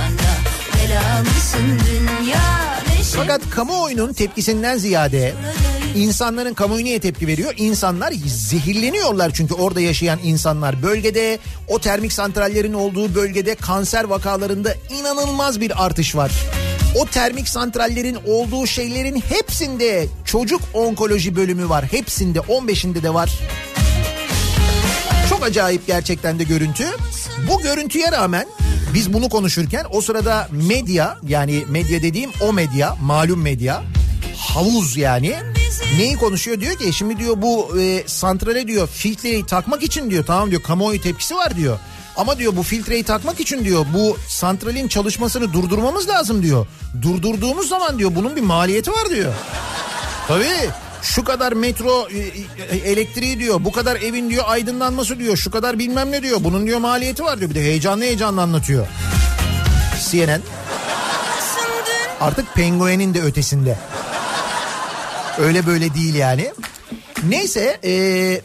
Fakat kamuoyunun tepkisinden ziyade insanların kamuoyu niye tepki veriyor? İnsanlar zehirleniyorlar çünkü orada yaşayan insanlar. Bölgede, o termik santrallerin olduğu bölgede kanser vakalarında inanılmaz bir artış var. O termik santrallerin olduğu şeylerin hepsinde çocuk onkoloji bölümü var. Hepsinde, on beşinde de var. Çok acayip gerçekten de görüntü. Bu görüntüye rağmen biz bunu konuşurken o sırada medya, yani medya dediğim o medya, malum medya, havuz yani, neyi konuşuyor? Diyor ki şimdi diyor bu e, santrale diyor filtreyi takmak için diyor, tamam diyor, kamuoyu tepkisi var diyor. Ama diyor bu filtreyi takmak için diyor bu santralin çalışmasını durdurmamız lazım diyor. Durdurduğumuz zaman diyor bunun bir maliyeti var diyor. Tabii. Şu kadar metro elektriği diyor, bu kadar evin diyor aydınlanması diyor, şu kadar bilmem ne diyor, bunun diyor maliyeti var diyor. Bir de heyecanlı heyecanlı anlatıyor C N N. Artık penguenin de ötesinde. Öyle böyle değil yani. Neyse ee,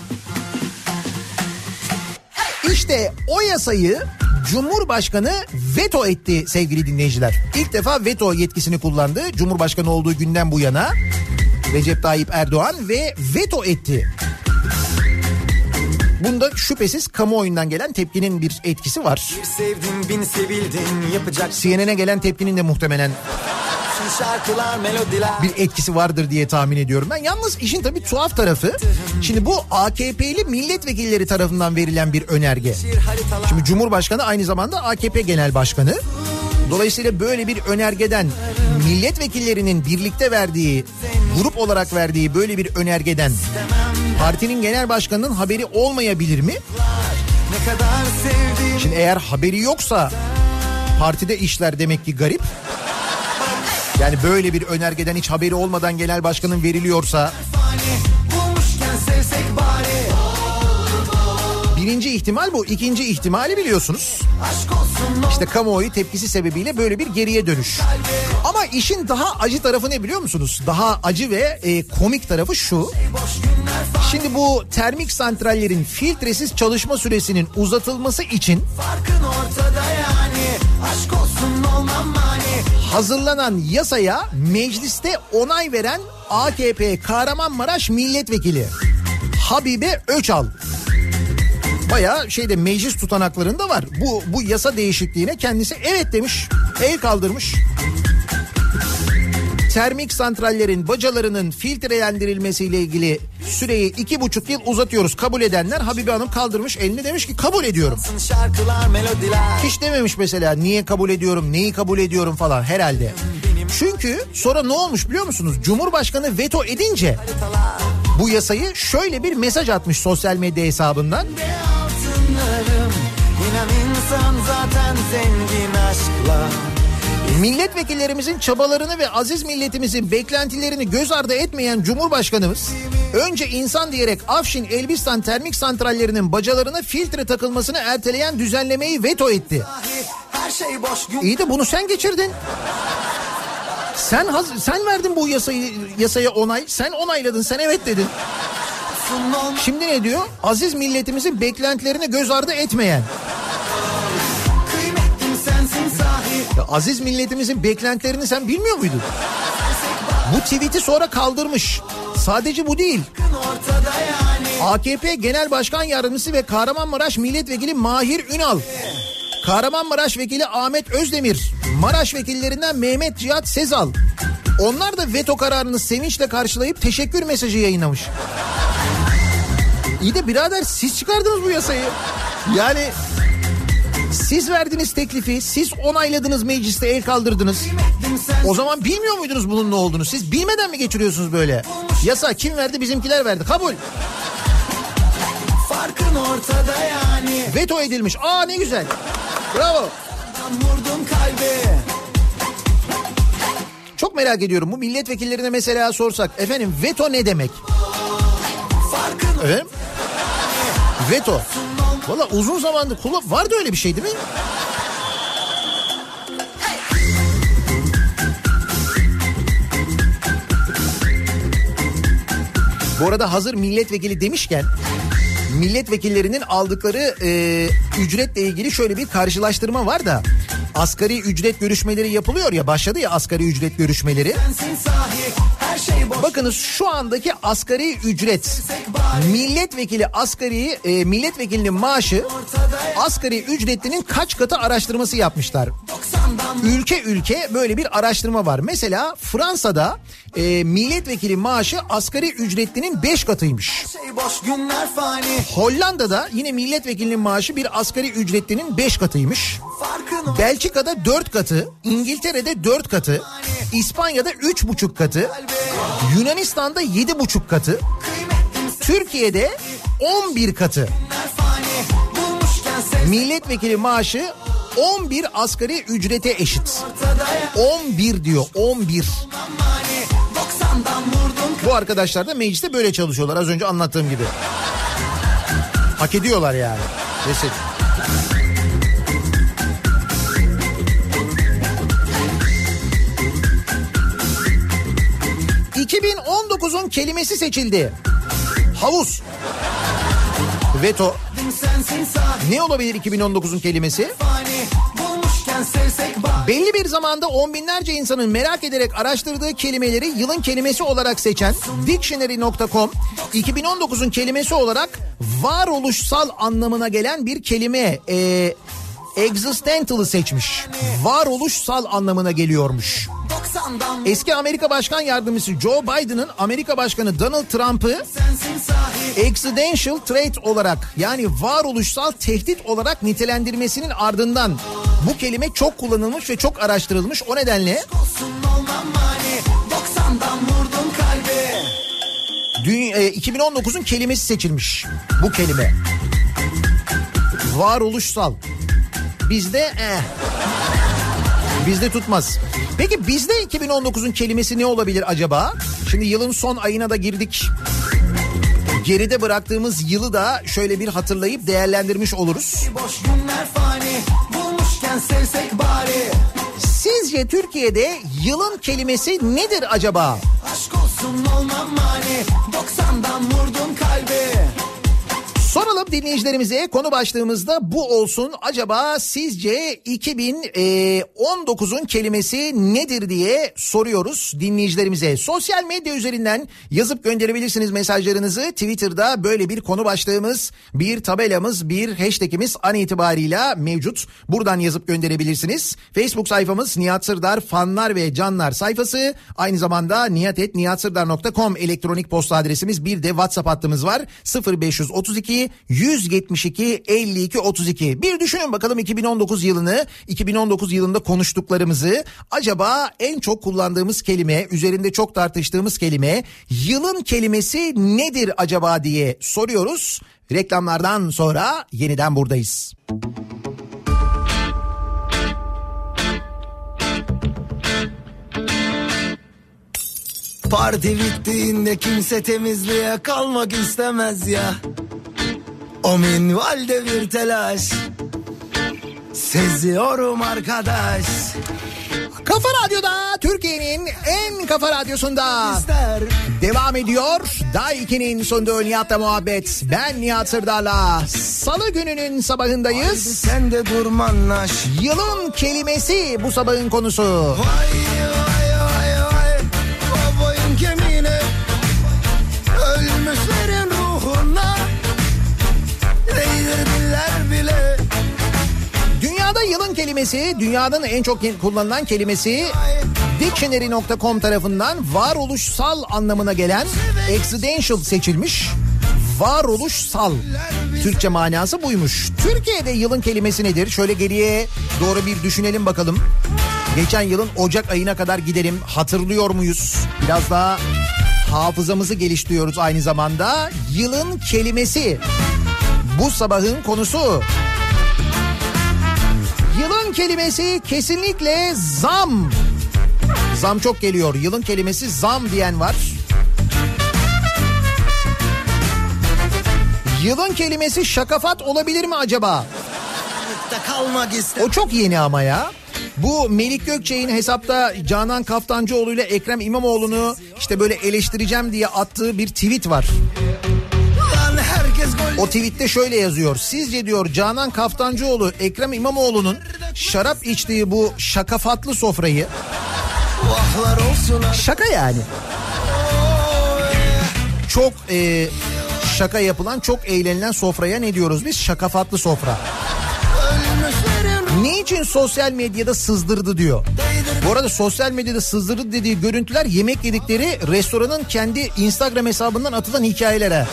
işte o yasayı Cumhurbaşkanı veto etti sevgili dinleyiciler. İlk defa veto yetkisini kullandı Cumhurbaşkanı olduğu günden bu yana. Recep Tayyip Erdoğan ve veto etti. Bunda şüphesiz kamuoyundan gelen tepkinin bir etkisi var. Bir sevdin, bin sevildin, yapacak C N N'e gelen tepkinin de muhtemelen şarkılar, melodiler, bir etkisi vardır diye tahmin ediyorum ben. Yalnız işin tabii tuhaf tarafı, şimdi bu A K P'li milletvekilleri tarafından verilen bir önerge. Şimdi Cumhurbaşkanı aynı zamanda A K P Genel Başkanı. Dolayısıyla böyle bir önergeden, milletvekillerinin birlikte verdiği, grup olarak verdiği böyle bir önergeden partinin genel başkanının haberi olmayabilir mi? Şimdi eğer haberi yoksa partide işler demek ki garip. Yani böyle bir önergeden hiç haberi olmadan genel başkanın veriliyorsa, birinci ihtimal bu. İkinci ihtimali biliyorsunuz. İşte kamuoyu tepkisi sebebiyle böyle bir geriye dönüş. Ama işin daha acı tarafı ne biliyor musunuz? Daha acı ve e, komik tarafı şu. Şimdi bu termik santrallerin filtresiz çalışma süresinin uzatılması için hazırlanan yasaya mecliste onay veren A K P Kahramanmaraş Milletvekili Habibe Öçal bayağı şeyde meclis tutanaklarında var. Bu bu yasa değişikliğine kendisi evet demiş, el kaldırmış. Termik santrallerin bacalarının filtrelendirilmesiyle ilgili süreyi iki buçuk yıl uzatıyoruz. Kabul edenler, Habibe Hanım kaldırmış elini, demiş ki kabul ediyorum. Şarkılar, melodiler. Hiç dememiş mesela niye kabul ediyorum, neyi kabul ediyorum falan herhalde. Çünkü sonra ne olmuş biliyor musunuz? Cumhurbaşkanı veto edince bu yasayı şöyle bir mesaj atmış sosyal medya hesabından. İnan insan zaten zengin aşkla. Milletvekillerimizin çabalarını ve aziz milletimizin beklentilerini göz ardı etmeyen Cumhurbaşkanımız önce insan diyerek Afşin Elbistan termik santrallerinin bacalarına filtre takılmasını erteleyen düzenlemeyi veto etti. İyi de bunu sen geçirdin. Sen haz- sen verdin bu yasayı, yasaya onay. Sen onayladın, sen evet dedin. Şimdi ne diyor? Aziz milletimizin beklentilerini göz ardı etmeyen. Ya aziz milletimizin beklentilerini sen bilmiyor muydun? Bu tweet'i sonra kaldırmış. Sadece bu değil. A K P Genel Başkan Yardımcısı ve Kahramanmaraş Milletvekili Mahir Ünal, Kahramanmaraş Vekili Ahmet Özdemir, Maraş vekillerinden Mehmet Cihat Sezal, onlar da veto kararını sevinçle karşılayıp teşekkür mesajı yayınlamış. İyi de birader siz çıkardınız bu yasayı. Yani siz verdiniz teklifi, siz onayladınız, mecliste el kaldırdınız. O zaman bilmiyor muydunuz bunun ne olduğunu? Siz bilmeden mi geçiriyorsunuz böyle? Yasa kim verdi? Bizimkiler verdi. Kabul. Farkın ortada yani. Veto edilmiş. Aa ne güzel. Bravo. Vurdum kalbi. Çok merak ediyorum. Bu milletvekillerine mesela sorsak, efendim veto ne demek? Efendim? Veto. Valla uzun zamandır kullan... Vardı öyle bir şey değil mi? Bu arada hazır milletvekili demişken milletvekillerinin aldıkları e, ücretle ilgili şöyle bir karşılaştırma var da asgari ücret görüşmeleri yapılıyor ya, başladı ya asgari ücret görüşmeleri. Bakınız şu andaki asgari ücret, milletvekili asgari e, milletvekilinin maaşı asgari ücretlinin kaç katı araştırması yapmışlar. Ülke ülke böyle bir araştırma var. Mesela Fransa'da e, milletvekili maaşı asgari ücretlinin beş katıymış. Hollanda'da yine milletvekilinin maaşı bir asgari ücretlinin beş katıymış. Belçika'da dört katı, İngiltere'de dört katı, İspanya'da üç buçuk katı, Yunanistan'da yedi buçuk katı, Türkiye'de on bir katı. Milletvekili maaşı on bir asgari ücrete eşit. on bir diyor, on bir. Bu arkadaşlar da mecliste böyle çalışıyorlar, az önce anlattığım gibi. Hak ediyorlar yani. Kesin. iki bin on dokuzun kelimesi seçildi. Havuz. Veto. Ne olabilir iki bin on dokuzun kelimesi? Belli bir zamanda on binlerce insanın merak ederek araştırdığı kelimeleri yılın kelimesi olarak seçen Dictionary nokta com iki bin on dokuzun kelimesi olarak varoluşsal anlamına gelen bir kelime e, existential'ı seçmiş. Varoluşsal anlamına geliyormuş. Eski Amerika Başkan Yardımcısı Joe Biden'ın Amerika Başkanı Donald Trump'ı existential threat olarak, yani varoluşsal tehdit olarak nitelendirmesinin ardından bu kelime çok kullanılmış ve çok araştırılmış. O nedenle Dünya, e, iki bin on dokuzun kelimesi seçilmiş bu kelime. Varoluşsal. Bizde eh. Bizde tutmaz. Peki bizde iki bin on dokuzun kelimesi ne olabilir acaba? Şimdi yılın son ayına da girdik. Geride bıraktığımız yılı da şöyle bir hatırlayıp değerlendirmiş oluruz. Sizce Türkiye'de yılın kelimesi nedir acaba? Aşk olsun olmam mani, doksandan vurdum kalbi. Soralım dinleyicilerimize, konu başlığımızda bu olsun. Acaba sizce iki bin on dokuzun kelimesi nedir diye soruyoruz dinleyicilerimize. Sosyal medya üzerinden yazıp gönderebilirsiniz mesajlarınızı. Twitter'da böyle bir konu başlığımız, bir tabelamız, bir hashtagimiz an itibarıyla mevcut. Buradan yazıp gönderebilirsiniz. Facebook sayfamız Nihat Sırdar fanlar ve canlar sayfası. Aynı zamanda nihat et nihat sırdar nokta com elektronik posta adresimiz. Bir de WhatsApp hattımız var. sıfır beş otuz iki yüz yetmiş iki elli iki otuz iki. Bir düşünün bakalım iki bin on dokuz yılını, iki bin on dokuz yılında konuştuklarımızı. Acaba en çok kullandığımız kelime, üzerinde çok tartıştığımız kelime, yılın kelimesi nedir acaba diye soruyoruz. Reklamlardan sonra yeniden buradayız. Parti bittiğinde kimse temizliğe kalmak istemez ya. O minvalde bir telaş seziyorum arkadaş. Kafa Radyo'da, Türkiye'nin en kafa radyosunda İster. devam ediyor. Day iki'nin sonunda Nihat'la muhabbet. Ben Nihat Sırdar'la. Salı gününün sabahındayız. Haydi sen de durmanlaş. Yılın kelimesi bu sabahın konusu. Vay vay vay vay. O boyun kemiğine, ölmüşlerin ruhuna değdirdiler bile. Dünyada yılın kelimesi, dünyanın en çok kullanılan kelimesi Dictionary nokta com tarafından varoluşsal anlamına gelen existential seçilmiş. Varoluşsal. Türkçe manası buymuş. Türkiye'de yılın kelimesi nedir? Şöyle geriye doğru bir düşünelim bakalım. Geçen yılın Ocak ayına kadar gidelim. Hatırlıyor muyuz? Biraz daha hafızamızı geliştiriyoruz aynı zamanda. Yılın kelimesi. Bu sabahın konusu. Yılın kelimesi kesinlikle zam. Zam çok geliyor. Yılın kelimesi zam diyen var. Yılın kelimesi şakafat olabilir mi acaba? Kalmak o çok yeni ama ya. Bu Melik Gökçek'in hesapta Canan Kaftancıoğlu ile Ekrem İmamoğlu'nu işte böyle eleştireceğim diye attığı bir tweet var. O tweette şöyle yazıyor. Sizce diyor Canan Kaftancıoğlu Ekrem İmamoğlu'nun şarap içtiği bu şakafatlı sofrayı, şaka yani, çok e, şaka yapılan, çok eğlenilen sofraya ne diyoruz biz? Şakafatlı sofra. Niçin sosyal medyada sızdırdı diyor. Bu arada sosyal medyada sızdırdı dediği görüntüler yemek yedikleri restoranın kendi Instagram hesabından atılan hikayelere.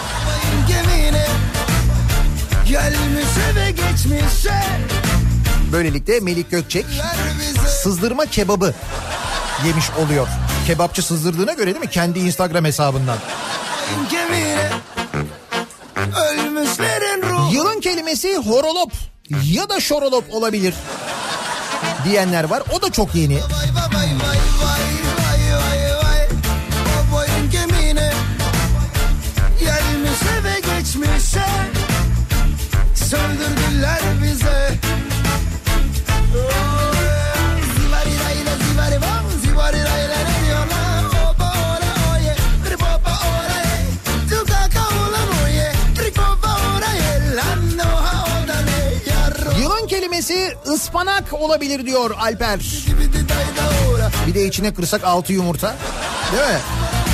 Böylelikle Melik Gökçek sızdırma kebabı yemiş oluyor. Kebapçı sızdırdığına göre değil mi? Kendi Instagram hesabından. Yılın kelimesi horolop ya da şorolop olabilir diyenler var. O da çok yeni. Gelmişe ve geçmişe söndürdüler bize. Zivarirayla zivaribam zivarirayla ne diyorlar? Opa ora oye tripopa ora ye tukaka ulan oye tripopa ora ye lan oha oda ne yarro. Yılın kelimesi ıspanak olabilir diyor Alper. Bir de içine kırsak altı yumurta. Değil mi?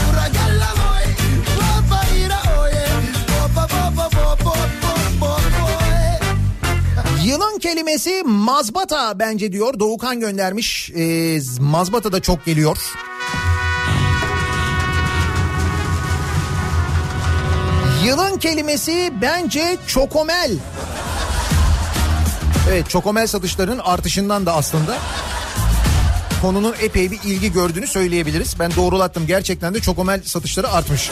Yılın kelimesi mazbata bence diyor. Doğukan göndermiş. Ee, mazbata da çok geliyor. Yılın kelimesi bence çokomel. Evet, çokomel satışlarının artışından da aslında konunun epey bir ilgi gördüğünü söyleyebiliriz. Ben doğrulattım, gerçekten de çokomel satışları artmış.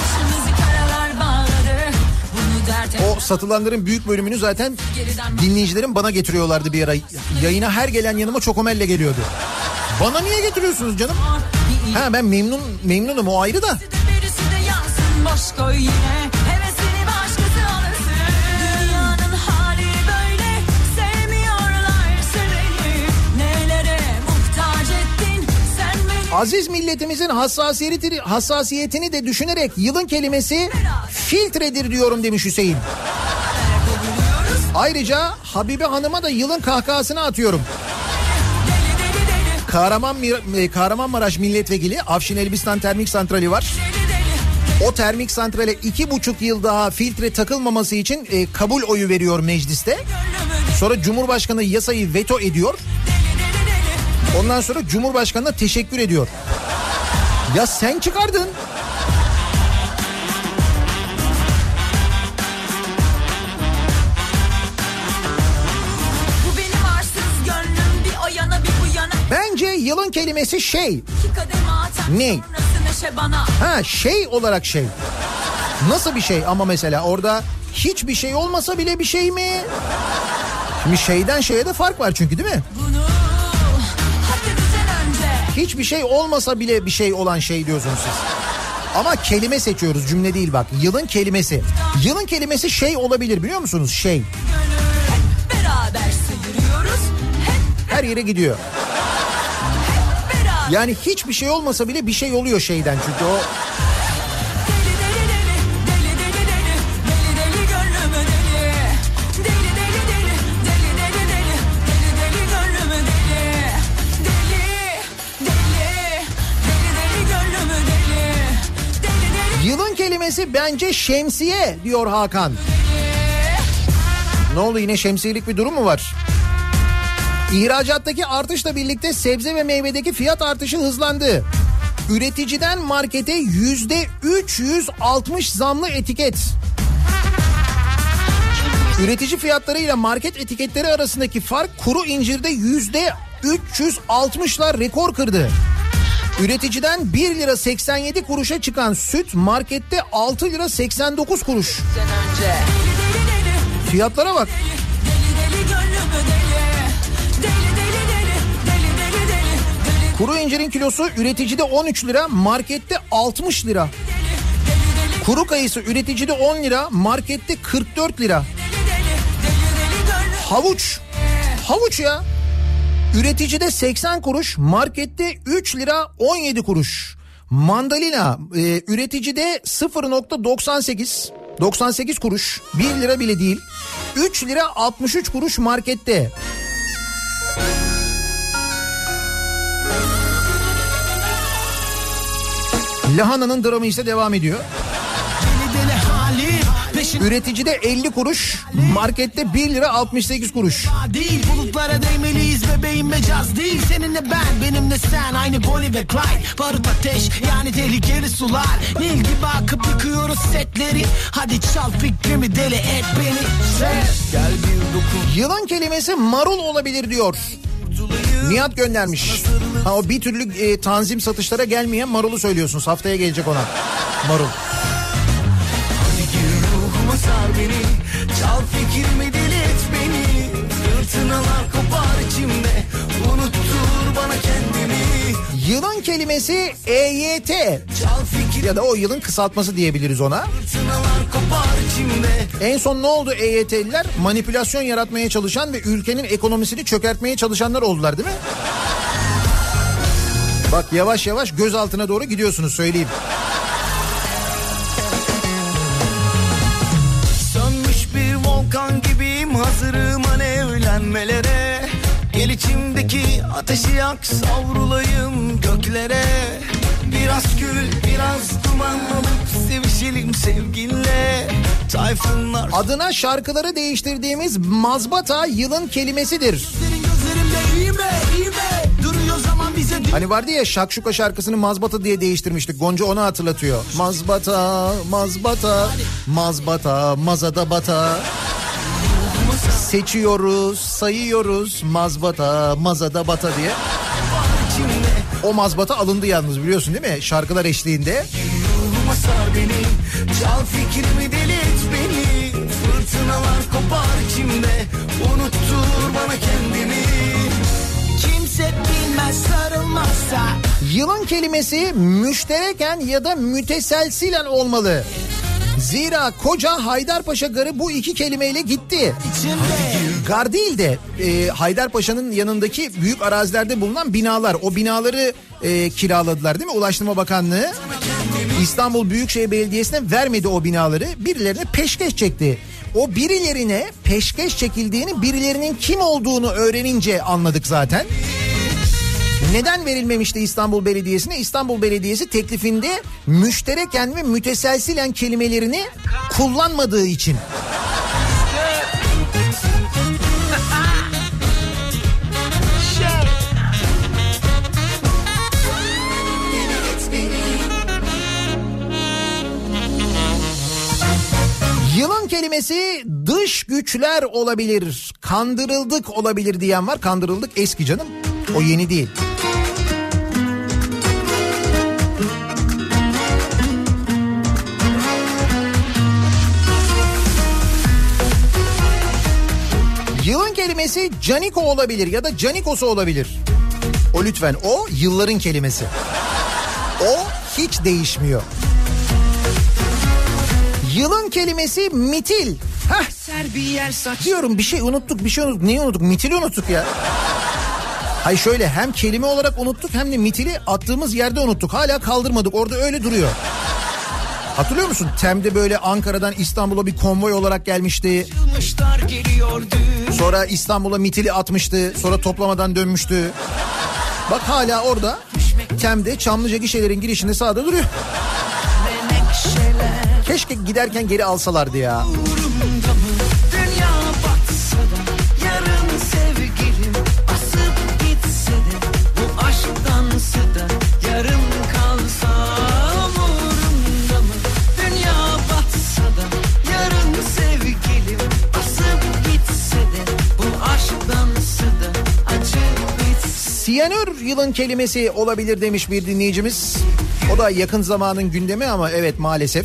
O satılanların büyük bölümünü zaten dinleyicilerim bana getiriyorlardı bir ara. Yayına her gelen yanıma çokomelle geliyordu. Bana niye getiriyorsunuz canım? Ha, ben memnun memnunum, o ayrı da. Aziz milletimizin hassasiyetini, hassasiyetini de düşünerek yılın kelimesi filtredir diyorum demiş Hüseyin. Ayrıca Habibe Hanım'a da yılın kahkahasını atıyorum. Kahraman, Kahramanmaraş Milletvekili, Afşin Elbistan Termik Santrali var. O termik santrale iki buçuk yıl daha filtre takılmaması için e, kabul oyu veriyor mecliste. Sonra Cumhurbaşkanı yasayı veto ediyor. Ondan sonra Cumhurbaşkanı'na teşekkür ediyor. Ya sen çıkardın. Bu benim arsız gönlüm, bir o yana bir bu yana. Bence yılın kelimesi şey. Ne? Ha, şey olarak şey. Nasıl bir şey ama mesela orada hiçbir şey olmasa bile bir şey mi? Şimdi şeyden şeye de fark var çünkü, değil mi? Bunu hiçbir şey olmasa bile bir şey olan şey diyorsunuz siz. Ama kelime seçiyoruz, cümle değil bak. Yılın kelimesi. Yılın kelimesi şey olabilir, biliyor musunuz? Şey. Her yere gidiyor. Yani hiçbir şey olmasa bile bir şey oluyor şeyden, çünkü o... Yılın kelimesi bence şemsiye diyor Hakan. Ne oldu, yine şemsiyelik bir durum mu var? İhracattaki artışla birlikte sebze ve meyvedeki fiyat artışı hızlandı. Üreticiden markete yüzde üç yüz altmış zamlı etiket. Üretici fiyatlarıyla market etiketleri arasındaki fark kuru incirde yüzde üç yüz altmışlar rekor kırdı. Üreticiden bir lira seksen yedi kuruşa çıkan süt markette altı lira seksen dokuz kuruş. Fiyatlara bak. Kuru incirin kilosu üreticide on üç lira, markette altmış lira. Kuru kayısı üreticide on lira, markette kırk dört lira. Havuç. Havuç ya. Üreticide seksen kuruş, markette üç lira on yedi kuruş. Mandalina e, üreticide sıfır virgül doksan sekiz doksan sekiz kuruş, bir lira bile değil. üç lira altmış üç kuruş markette. Lahananın dramı ise devam ediyor. Üreticide elli kuruş, markette bir lira altmış sekiz kuruş. Değil bulutlara değmeliyiz bebeğim, mecaz değil. Seninle ben, benimle sen, aynı Bonnie ve Clyde. Barut ateş yani tehlikeli sular. Nil gibi akıp yıkıyoruz setleri. Hadi çal fikrimi, deli et beni. Ses gel bir dokun. Yılan kelimesi marul olabilir diyor. Nihat göndermiş. Ha, o bir türlü e, tanzim satışlara gelmeyen marulu söylüyorsunuz. Haftaya gelecek ona. Marul. Sar beni, çal fikrimi, deli et beni. Fırtınalar kopar içimde, unuttur bana kendimi. Yılan kelimesi E Y T ya da o yılın kısaltması diyebiliriz ona. Fırtınalar kopar içimde. En son ne oldu E Y T'liler? Manipülasyon yaratmaya çalışan ve ülkenin ekonomisini çökertmeye çalışanlar oldular değil mi? Bak yavaş yavaş gözaltına doğru gidiyorsunuz, söyleyeyim. Volkan gibiyim, hazırım alevlenmelere. Gel içimdeki ateşi yak, savrulayım göklere. Biraz gül, biraz duman alıp sevişelim sevginle. Tayfunlar. Adına şarkıları değiştirdiğimiz mazbata yılın kelimesidir. Senin gözlerimde iyi mi, iyi mi? Duruyor zaman bize. Hani vardı ya Şakşuka şarkısını mazbata diye değiştirmiştik. Gonca onu hatırlatıyor. Mazbata, mazbata, mazbata, mazada bata. Seçiyoruz, sayıyoruz, mazbata, mazada bata diye. O mazbata alındı yalnız, biliyorsun değil mi? Şarkılar eşliğinde. Ruhuma sar beni, çal fikrimi, deli et beni. Fırtınalar kopar içimde, unuttur bana kendimi. Kimse bilmez sarılmazsa. Yılan kelimesi müştereken ya da müteselsilen olmalı. Zira koca Haydarpaşa Garı bu iki kelimeyle gitti. Gar değil de e, Haydarpaşa'nın yanındaki büyük arazilerde bulunan binalar. O binaları e, kiraladılar değil mi? Ulaştırma Bakanlığı İstanbul Büyükşehir Belediyesi'ne vermedi o binaları. Birilerine peşkeş çekti. O birilerine peşkeş çekildiğini, birilerinin kim olduğunu öğrenince anladık zaten. Neden verilmemişti İstanbul Belediyesi'ne? İstanbul Belediyesi teklifinde müştereken ve müteselsilen kelimelerini kullanmadığı için. Yılan kelimesi dış güçler olabilir, kandırıldık olabilir diyen var. Kandırıldık eski canım, o yeni değil. Yılın kelimesi caniko olabilir ya da canikosu olabilir. O lütfen, o yılların kelimesi. O hiç değişmiyor. Yılın kelimesi mitil. Hah. Diyorum bir şey unuttuk, bir şey unuttuk. Neyi unuttuk? Mitili unuttuk ya. Hayır şöyle, hem kelime olarak unuttuk hem de mitili attığımız yerde unuttuk. Hala kaldırmadık, orada öyle duruyor. Hatırlıyor musun? Tem'de böyle Ankara'dan İstanbul'a bir konvoy olarak gelmişti. Sonra İstanbul'a mitili atmıştı. Sonra toplamadan dönmüştü. Bak hala orada. Tem'de Çamlıca gişelerin girişinde sağda duruyor. Keşke giderken geri alsalardı ya. Siyanür yılın kelimesi olabilir demiş bir dinleyicimiz. O da yakın zamanın gündemi ama evet maalesef.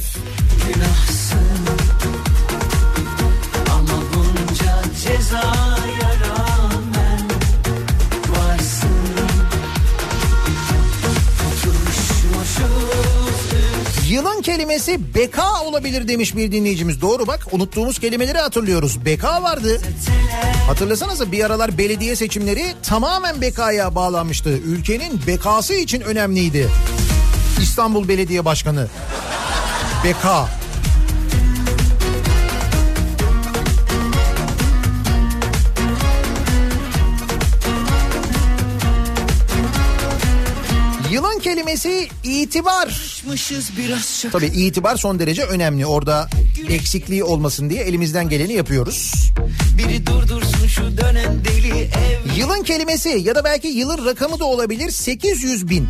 Ama bunca cezaya rağmen varsın. Yılın kelimesi kelimesi beka olabilir demiş bir dinleyicimiz. Doğru bak, unuttuğumuz kelimeleri hatırlıyoruz. Beka vardı. Hatırlasanıza bir aralar belediye seçimleri tamamen bekaya bağlanmıştı. Ülkenin bekası için önemliydi. İstanbul Belediye Başkanı. Beka. Yılan kelimesi itibar. Tabii itibar son derece önemli. Orada eksikliği olmasın diye elimizden geleni yapıyoruz. Biri durdursun şu dönen deli ev. Yılın kelimesi ya da belki yılın rakamı da olabilir sekiz yüz bin.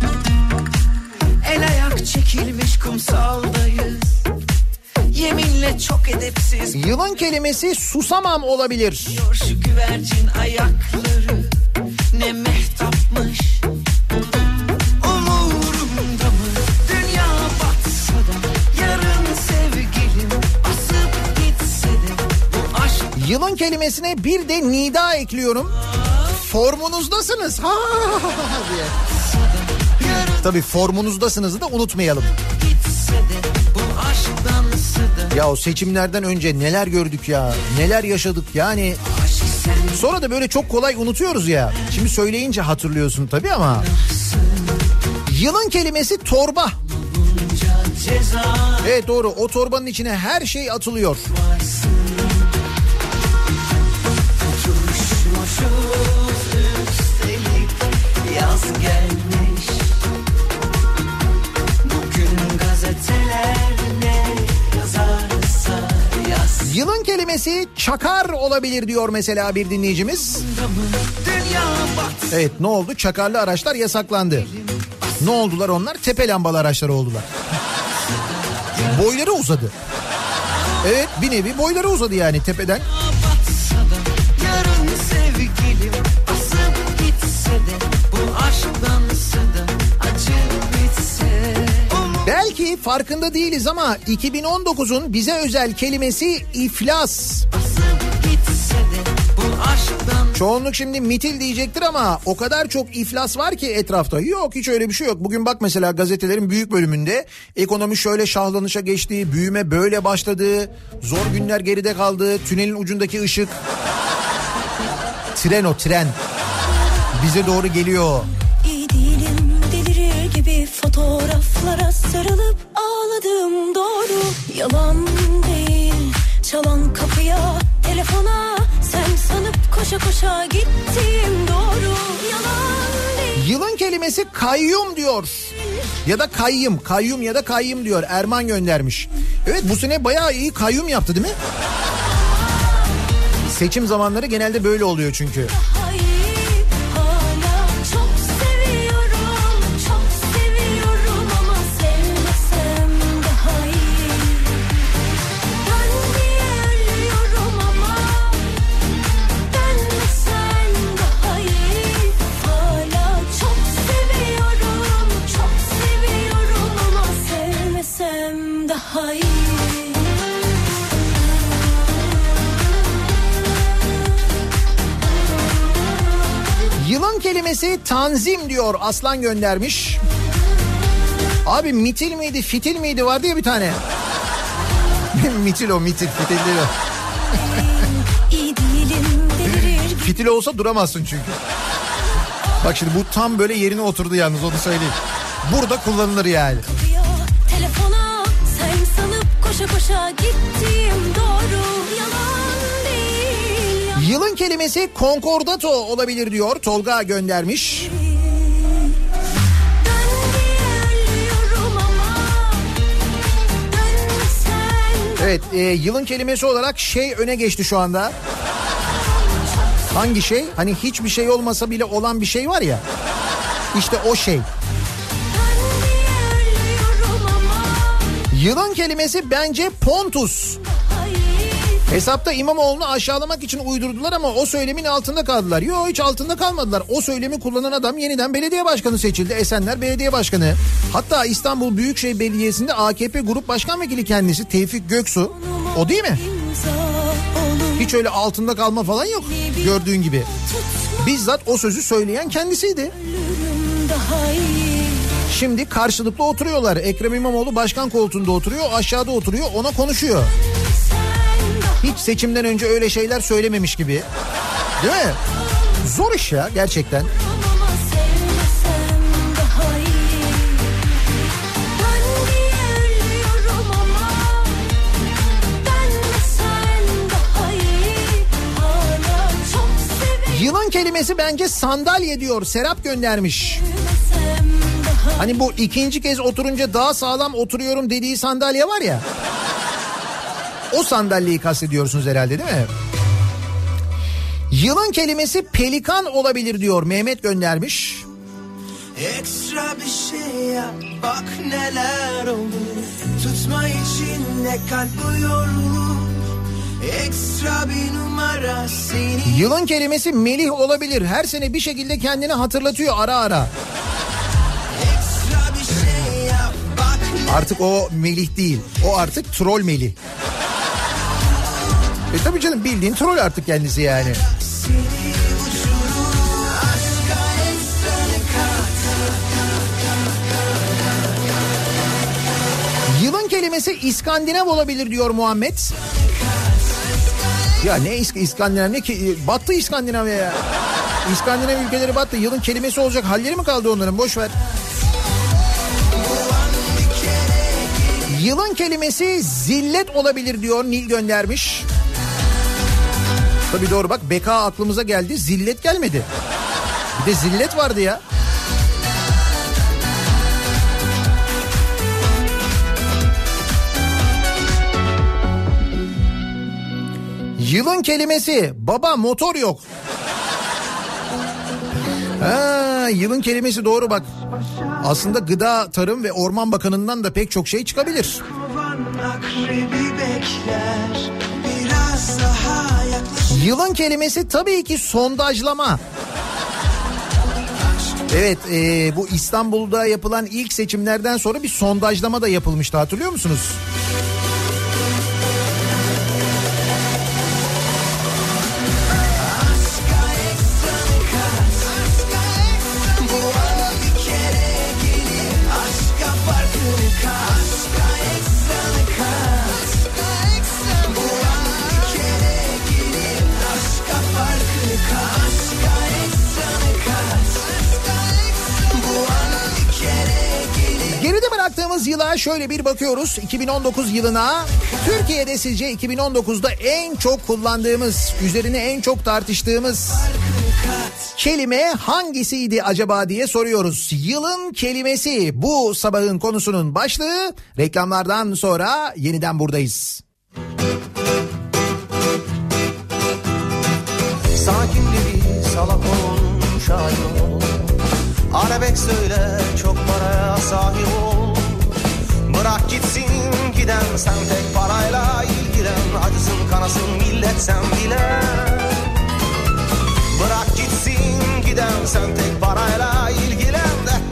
El ayak çekilmiş kumsaldayız. Yeminle çok edepsiz. Yılın kelimesi susamam olabilir. Şu güvercin ayakları ne mehtapmış. Umurumda mı dünya batsa da yarın sevgilim asıp gitse de bu aşk. Yılın kelimesine bir de nida ekliyorum. Formunuzdasınız. Ha diye. Tabii formunuzdasınızı da unutmayalım. Ya o seçimlerden önce neler gördük ya, neler yaşadık yani. Sonra da böyle çok kolay unutuyoruz ya. Şimdi söyleyince hatırlıyorsun tabii ama. Yılın kelimesi torba. Evet doğru, o torbanın içine her şey atılıyor. Yaz gelmiş. Bugün gazeteler ne yazarsa yaz. Yılın kelimesi çakar olabilir diyor mesela bir dinleyicimiz. Evet ne oldu? Çakarlı araçlar yasaklandı. Ne oldular onlar? Tepe lambalı araçlar oldular. Boyları uzadı. Evet bir nevi boyları uzadı yani tepeden. Yarın sevgilim asıp gitse de bu aşktansa da acı bitse. Belki farkında değiliz ama iki bin on dokuzun bize özel kelimesi iflas. Çoğunluk şimdi mitil diyecektir ama o kadar çok iflas var ki etrafta. Yok hiç öyle bir şey yok. Bugün bak mesela gazetelerin büyük bölümünde ekonomi şöyle şahlanışa geçti, büyüme böyle başladı, zor günler geride kaldı, tünelin ucundaki ışık. Tren o tren. Bize doğru geliyor. İyi değilim, delirir gibi fotoğraflara sarılıp ağladım doğru. Yalan değil, çalan kapıya, telefona sen sanıp koşa koşa gittim doğru. Yalan değil. Yılın kelimesi kayyum diyor. Ya da kayyım, kayyum ya da kayyım diyor. Erman göndermiş. Evet bu sene bayağı iyi kayyum yaptı değil mi? Seçim zamanları genelde böyle oluyor çünkü. Yılın kelimesi tanzim diyor, Aslan göndermiş. Abi mitil miydi fitil miydi vardı ya bir tane. Mitil o mitil fitil değil o. Fitil olsa duramazsın çünkü. Bak şimdi bu tam böyle yerine oturdu yalnız, onu söyleyeyim. Burada kullanılır yani. Telefona sen sanıp koşa koşa gittim doğru. Yalan değil. Yılın kelimesi konkordato olabilir diyor, Tolga göndermiş. Evet e, yılın kelimesi olarak şey öne geçti şu anda. Hangi şey? Hani hiçbir şey olmasa bile olan bir şey var ya. İşte o şey. Yılın kelimesi bence Pontus. Hesapta İmamoğlu'nu aşağılamak için uydurdular ama o söylemin altında kaldılar. Yok hiç altında kalmadılar. O söylemi kullanan adam yeniden belediye başkanı seçildi. Esenler Belediye Başkanı. Hatta İstanbul Büyükşehir Belediyesi'nde A K P Grup Başkan Vekili kendisi Tevfik Göksu. O değil mi? Hiç öyle altında kalma falan yok gördüğün gibi. Bizzat o sözü söyleyen kendisiydi. Şimdi karşılıklı oturuyorlar. Ekrem İmamoğlu başkan koltuğunda oturuyor, aşağıda oturuyor, ona konuşuyor. Hiç seçimden önce öyle şeyler söylememiş gibi. Değil mi? Zor iş ya gerçekten. Yılın kelimesi bence sandalye diyor. Serap göndermiş. Hani bu ikinci kez oturunca daha sağlam oturuyorum dediği sandalye var ya. O sandalyeyi kastediyorsunuz herhalde değil mi? Yılın kelimesi pelikan olabilir diyor. Mehmet göndermiş. Ekstra bir şey yap, bak neler olur. Tutma içinde kalp yorulur. Ekstra bir numara seni. Yılın kelimesi melih olabilir. Her sene bir şekilde kendini hatırlatıyor ara ara. Ekstra bir şey yap, bak ne... Artık o melih değil. O artık troll melih. E tabii canım, bildiğin troll artık kendisi yani. Yılın kelimesi İskandinav olabilir diyor Muhammed. Ya ne İsk- İskandinav ne ki, battı İskandinavya ya. İskandinav ülkeleri battı. Yılın kelimesi olacak halleri mi kaldı onların, boş ver. Yılın kelimesi zillet olabilir diyor, Nil göndermiş. Tabii doğru, bak beka aklımıza geldi, zillet gelmedi. Bir de zillet vardı ya. Yılın kelimesi baba motor yok. Ha, yılın kelimesi doğru bak. Aslında Gıda, Tarım ve Orman Bakanı'ndan da pek çok şey çıkabilir. Yılın kelimesi tabii ki sondajlama. Evet, e, bu İstanbul'da yapılan ilk seçimlerden sonra bir sondajlama da yapılmıştı, hatırlıyor musunuz? Geride bıraktığımız yıla şöyle bir bakıyoruz. iki bin on dokuz yılına. Türkiye'de sizce iki bin on dokuzda en çok kullandığımız, üzerine en çok tartıştığımız kelime hangisiydi acaba diye soruyoruz. Yılın kelimesi bu sabahın konusunun başlığı. Reklamlardan sonra yeniden buradayız. Sakin bir salak olmuş ayol. Arabek söyle, çok paraya sahip ol. Bırak gitsin giden, sen tek parayla ilgilen. Acısın kanasın millet sen bile. Bırak gitsin giden, sen tek parayla ilgilen.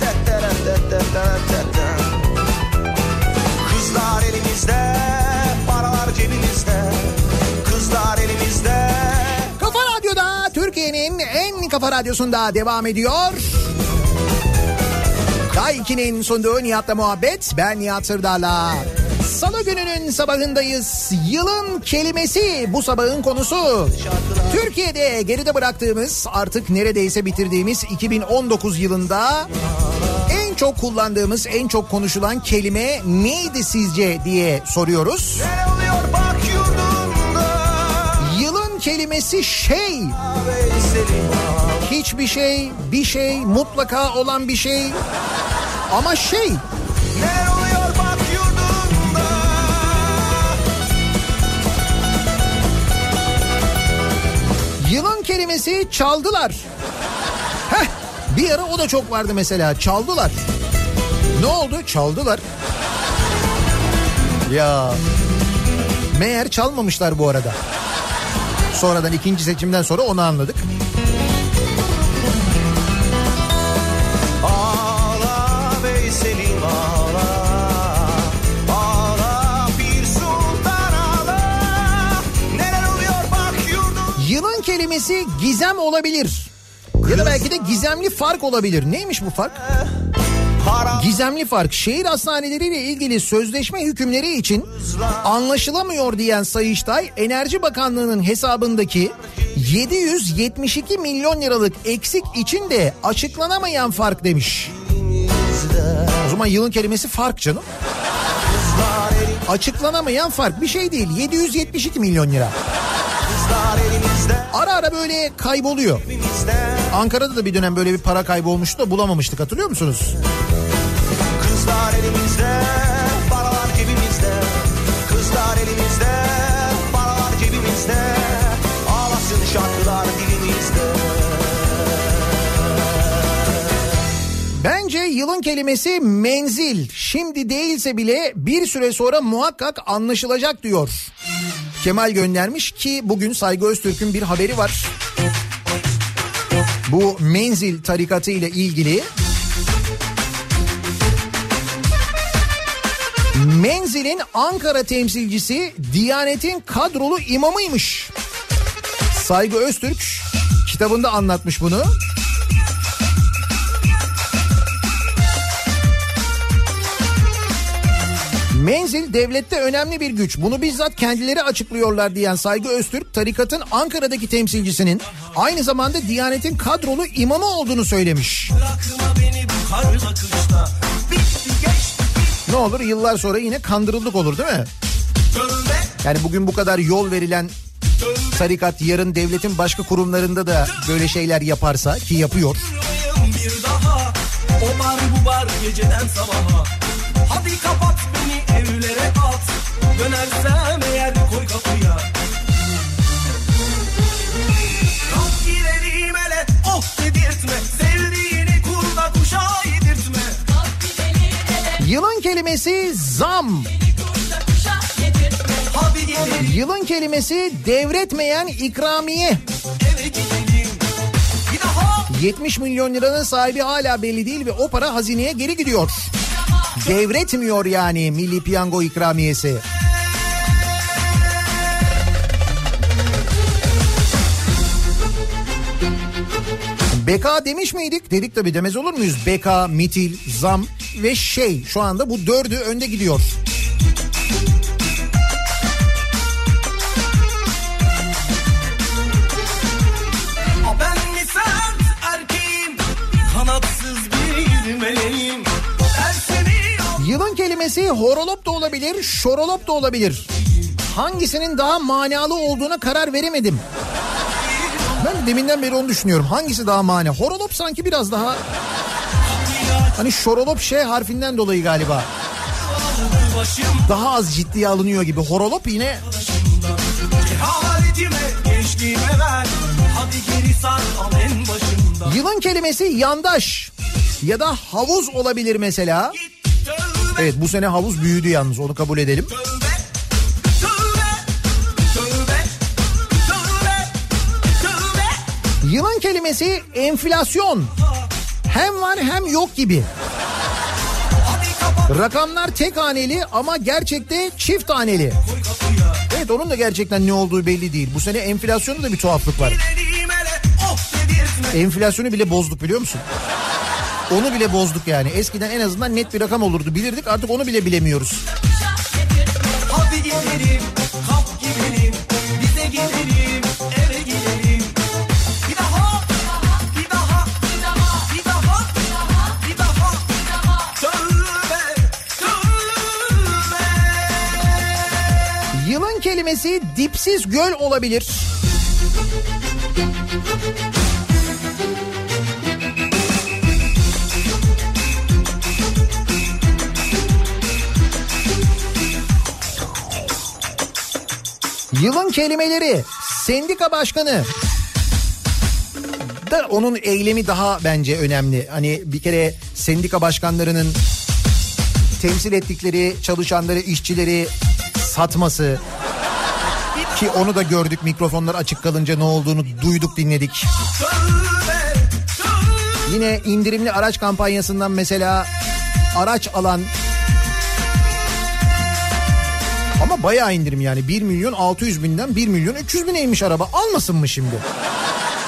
Kızlar elimizde, paralar cebimizde. Kızlar elimizde. Kafa Radyo'da, Türkiye'nin en kafa radyosunda devam ediyor. K iki'nin sunduğu Nihat'la muhabbet. Ben Nihat Sırdar'la. Salı gününün sabahındayız. Yılın kelimesi bu sabahın konusu. Türkiye'de geride bıraktığımız, artık neredeyse bitirdiğimiz iki bin on dokuz yılında en çok kullandığımız, en çok konuşulan kelime neydi sizce diye soruyoruz. Yılın kelimesi şey. Hiçbir şey, bir şey, mutlaka olan bir şey. Ama şey. Neler oluyor bak yurdumda. Yılın kelimesi çaldılar. Heh, bir ara o da çok vardı mesela, çaldılar. Ne oldu? Çaldılar. Ya meğer çalmamışlar bu arada. Sonradan ikinci seçimden sonra onu anladık. Yılın kelimesi gizem olabilir. Ya da belki de gizemli fark olabilir. Neymiş bu fark? Gizemli fark, şehir hastaneleriyle ilgili sözleşme hükümleri için anlaşılamıyor diyen Sayıştay, Enerji Bakanlığı'nın hesabındaki yedi yüz yetmiş iki milyon liralık eksik için de açıklanamayan fark demiş. O zaman yılın kelimesi fark canım. Açıklanamayan fark bir şey değil, yedi yüz yetmiş iki milyon lira. Ara ara böyle kayboluyor. Ankara'da da bir dönem böyle bir para kaybı olmuştu da bulamamıştık, hatırlıyor musunuz? Kızlar elimizde, paralar cebimizde. Kızlar elimizde, paralar cebimizde. Ağlasın şarkılar dilimizde. Bence yılın kelimesi menzil. Şimdi değilse bile bir süre sonra muhakkak anlaşılacak diyor. Kemal göndermiş ki bugün Saygı Öztürk'ün bir haberi var. Bu menzil tarikatı ile ilgili. Menzil'in Ankara temsilcisi Diyanet'in kadrolu imamıymış. Saygı Öztürk kitabında anlatmış bunu. Menzil devlette önemli bir güç. Bunu bizzat kendileri açıklıyorlar diyen Saygı Öztürk, tarikatın Ankara'daki temsilcisinin aynı zamanda Diyanet'in kadrolu imamı olduğunu söylemiş. Ne olur yıllar sonra yine kandırıldık olur değil mi? Yani bugün bu kadar yol verilen tarikat yarın devletin başka kurumlarında da böyle şeyler yaparsa, ki yapıyor. Bir daha o bar bu bar geceden sabaha. Hadi kapat beni evlere at. Dönersem eğer koy kapıya. Kalk gidelim hele oh dedirtme. Sevdiğini kurda kuşa yedirtme. Yılın kelimesi zam. Hadi gidelim Yılın kelimesi devretmeyen ikramiye. eve gidelim. Bir daha yetmiş milyon liranın sahibi hala belli değil ve o para hazineye geri gidiyor. Devretmiyor yani Milli Piyango ikramiyesi. Beka demiş miydik? Dedik tabii, demez olur muyuz? Beka, mitil, zam ve şey, şu anda bu dördü önde gidiyor. ben mi sert erkeğim. Kanatsız bir meleğim. Yılın kelimesi horolop da olabilir, şorolop da olabilir. Hangisinin daha manalı olduğuna karar veremedim. Ben deminden beri onu düşünüyorum. Hangisi daha mani? Horolop sanki biraz daha... Hani şorolop şey harfinden dolayı galiba. Daha az ciddiye alınıyor gibi. Horolop yine... Yılın kelimesi yandaş ya da havuz olabilir mesela. Evet, bu sene havuz büyüdü yalnız, onu kabul edelim. Yılın kelimesi enflasyon. Hem var hem yok gibi. Rakamlar tek haneli ama gerçekte çift haneli. Evet, onun da gerçekten ne olduğu belli değil. Bu sene enflasyonda da bir tuhaflık var. Enflasyonu bile bozduk, biliyor musun? Onu bile bozduk yani. Eskiden en azından net bir rakam olurdu, bilirdik, artık onu bile bilemiyoruz. Hadi gidelim, kalk gidelim, bize gidelim, eve gidelim. Bir daha, bir daha, bir daha, bir daha, bir daha, tövbe, tövbe. Yılın kelimesi dipsiz göl olabilir. Yılın kelimeleri sendika başkanı da, onun eylemi daha bence önemli. Hani bir kere sendika başkanlarının temsil ettikleri çalışanları, işçileri satması, ki onu da gördük, mikrofonlar açık kalınca ne olduğunu duyduk, dinledik. Yine indirimli araç kampanyasından mesela araç alan, ama bayağı indirim yani, bir milyon altı yüz binden bir milyon üç yüz bineymiş araba, almasın mı şimdi?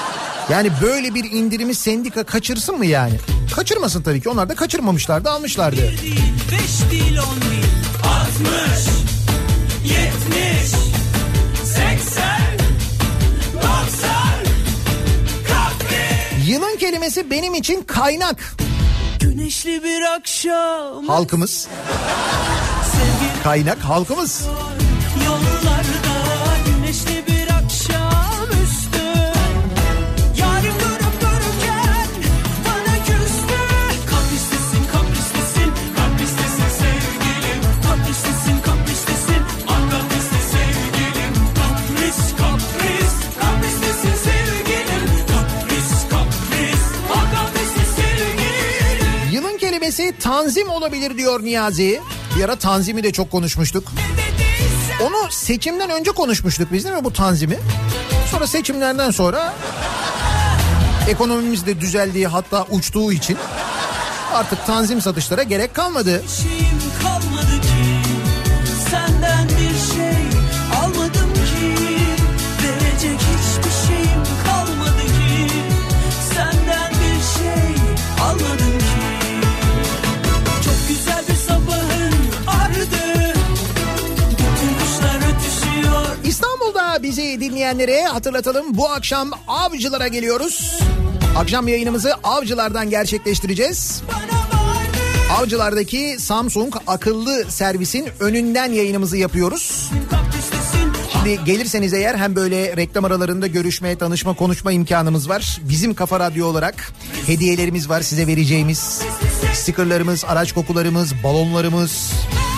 Yani böyle bir indirimi sendika kaçırsın mı yani? Kaçırmasın tabii ki. Onlar da kaçırmamışlardı, almışlardı. Bir değil, beş değil, on değil. Altmış, yetmiş, seksen, doksan, kapri. Yılın kelimesi benim için kaynak. Güneşli bir akşam. Halkımız. Sevgili Kaynak halkımız. yollarda güneşli bir akşamüstü. Yarın durup dururken bana küstü. Kapristesin, kapristesin, kapristesin sevgilim. Kapristesin, kapristesin, agapiste sevgilim. Kapris, kapris, kapristesin sevgilim. Kapris, kapris, agapiste sevgilim. Yılın kelimesi tanzim olabilir diyor Niyazi. Bir ara tanzimi de çok konuşmuştuk. Onu seçimden önce konuşmuştuk biz değil mi bu tanzimi? Sonra seçimlerden sonra ekonomimiz de düzeldiği hatta uçtuğu için artık tanzim satışlara gerek kalmadı. Şeyim kalmadı ki senden bir şey almadım ki, verecek hiçbir şeyim kalmadı ki senden bir şey almadım ki. Çok güzel bir sabahın ardı, bütün kuşlar ötüşüyor. İstanbul'da bizi dinleyenlere hatırlatalım, bu akşam Avcılar'a geliyoruz. Akşam yayınımızı Avcılar'dan gerçekleştireceğiz. Avcılar'daki Samsung akıllı servisin önünden yayınımızı yapıyoruz. Şimdi gelirseniz eğer hem böyle reklam aralarında görüşme, tanışma, konuşma imkanımız var. Bizim Kafa Radyo olarak hediyelerimiz var size vereceğimiz. Stikerlerimiz, araç kokularımız, balonlarımız.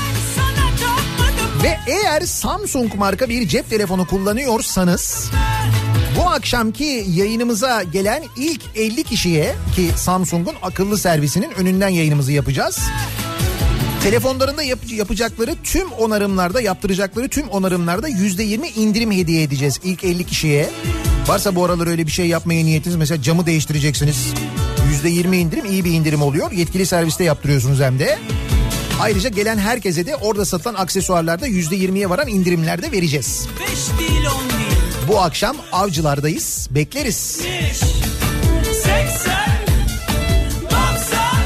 Ve eğer Samsung marka bir cep telefonu kullanıyorsanız bu akşamki yayınımıza gelen ilk elli kişiye, ki Samsung'un akıllı servisinin önünden yayınımızı yapacağız. Telefonlarında yap- yapacakları tüm onarımlarda, yaptıracakları tüm onarımlarda yüzde yirmi indirim hediye edeceğiz ilk elli kişiye. Varsa bu aralar öyle bir şey yapmaya niyetiniz, mesela camı değiştireceksiniz. yüzde yirmi indirim iyi bir indirim oluyor. Yetkili serviste yaptırıyorsunuz hem de. Ayrıca gelen herkese de orada satılan aksesuarlarda yüzde yirmiye varan indirimler de vereceğiz. Beş değil, on değil. Bu akşam Avcılar'dayız. Bekleriz. Beş, seksen, doksan,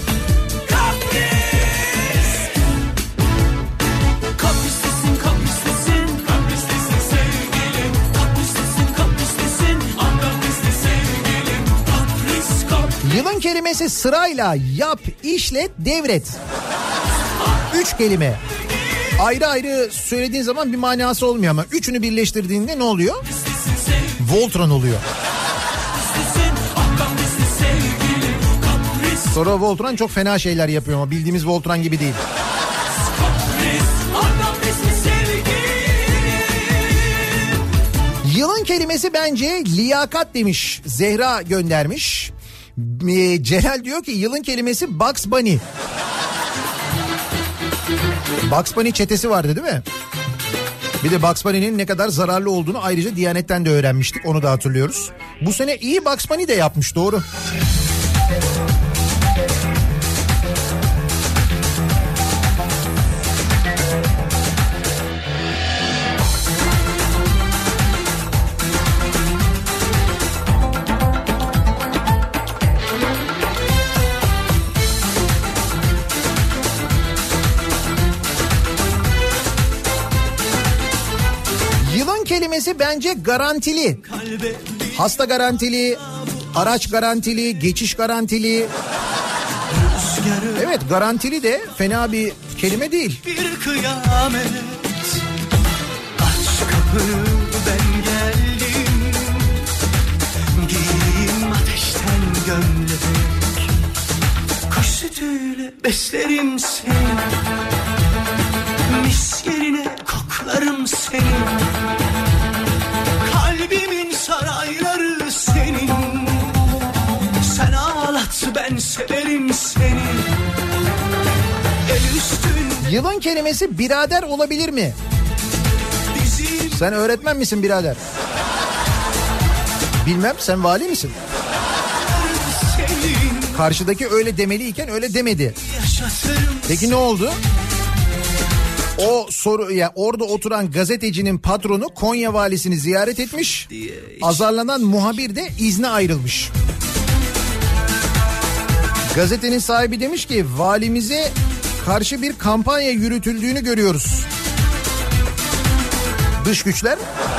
kapris. Kapristesin, kapristesin, kapristesin sevgilim. Kapristesin, kapristesin, agapiste sevgilim. Kapris, kapris. Yılın kelimesi sırayla yap, işlet, devret. Üç kelime. Ayrı ayrı söylediğin zaman bir manası olmuyor ama üçünü birleştirdiğinde ne oluyor? Voltron oluyor. Sonra Voltron çok fena şeyler yapıyor ama bildiğimiz Voltron gibi değil. Yılın kelimesi bence liyakat demiş. Zehra göndermiş. Ee, Celal diyor ki yılın kelimesi Bugs Bunny. Bugs Bunny çetesi vardı değil mi? Bir de Bugs Bunny'nin ne kadar zararlı olduğunu ayrıca Diyanet'ten de öğrenmiştik. Onu da hatırlıyoruz. Bu sene iyi Bugs Bunny de yapmış, doğru. Kelimesi bence garantili. Hasta garantili, araç garantili, geçiş garantili. Evet, garantili de fena bir kelime değil. Bir kıyamet, aç kapını ben geldim. Giyeyim ateşten gömlek, kuş sütüyle beslerim seni. Mis yerine koklarım seni. Kalbimin sarayları senin. Sen ağlat ben severim seni. El üstün. Yılın kelimesi birader olabilir mi? Bizim. Sen öğretmen misin birader? Bilmem, sen vali misin? Senin. Karşıdaki öyle demeliyken öyle demedi. Yaşatırım. Peki ne oldu? O soru ya, orada oturan gazetecinin patronu Konya valisini ziyaret etmiş. Azarlanan muhabir de izne ayrılmış. Gazetenin sahibi demiş ki valimize karşı bir kampanya yürütüldüğünü görüyoruz. Dış güçler,